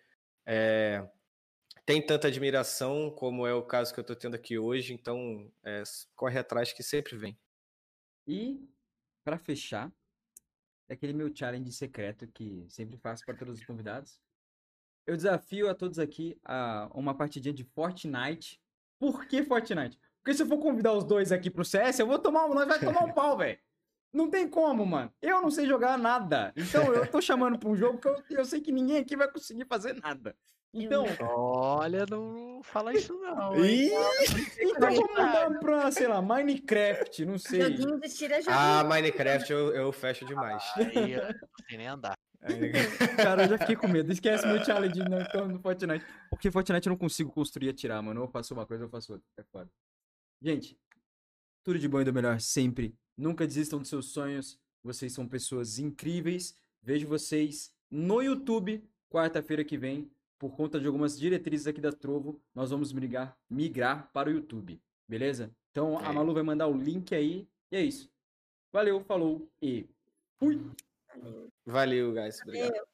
tem tanta admiração, como é o caso que eu estou tendo aqui hoje. Então, corre atrás que sempre vem. E, para fechar, é aquele meu challenge secreto que sempre faço para todos os convidados. Eu desafio a todos aqui a uma partidinha de Fortnite. Por que Fortnite? Porque se eu for convidar os dois aqui pro CS, nós vai tomar um pau, velho. Não tem como, mano. Eu não sei jogar nada. Então eu tô chamando pra um jogo que eu sei que ninguém aqui vai conseguir fazer nada. Então. Olha, não fala isso não, hein? Então vamos mudar pra, sei lá, Minecraft, não sei. Joguinho de tira joguinho. Ah, Minecraft eu fecho demais. Aí eu não sei nem andar. Cara, eu já fiquei com medo. Esquece meu challenge no Fortnite. Porque Fortnite eu não consigo construir e atirar, mano. Eu faço uma coisa, eu faço outra. É foda. Gente, tudo de bom e do melhor sempre. Nunca desistam dos seus sonhos. Vocês são pessoas incríveis. Vejo vocês no YouTube quarta-feira que vem. Por conta de algumas diretrizes aqui da Trovo, nós vamos migrar para o YouTube. Beleza? Então a Malu vai mandar o link aí. E é isso. Valeu, falou e fui! Valeu, guys. Obrigado. Valeu.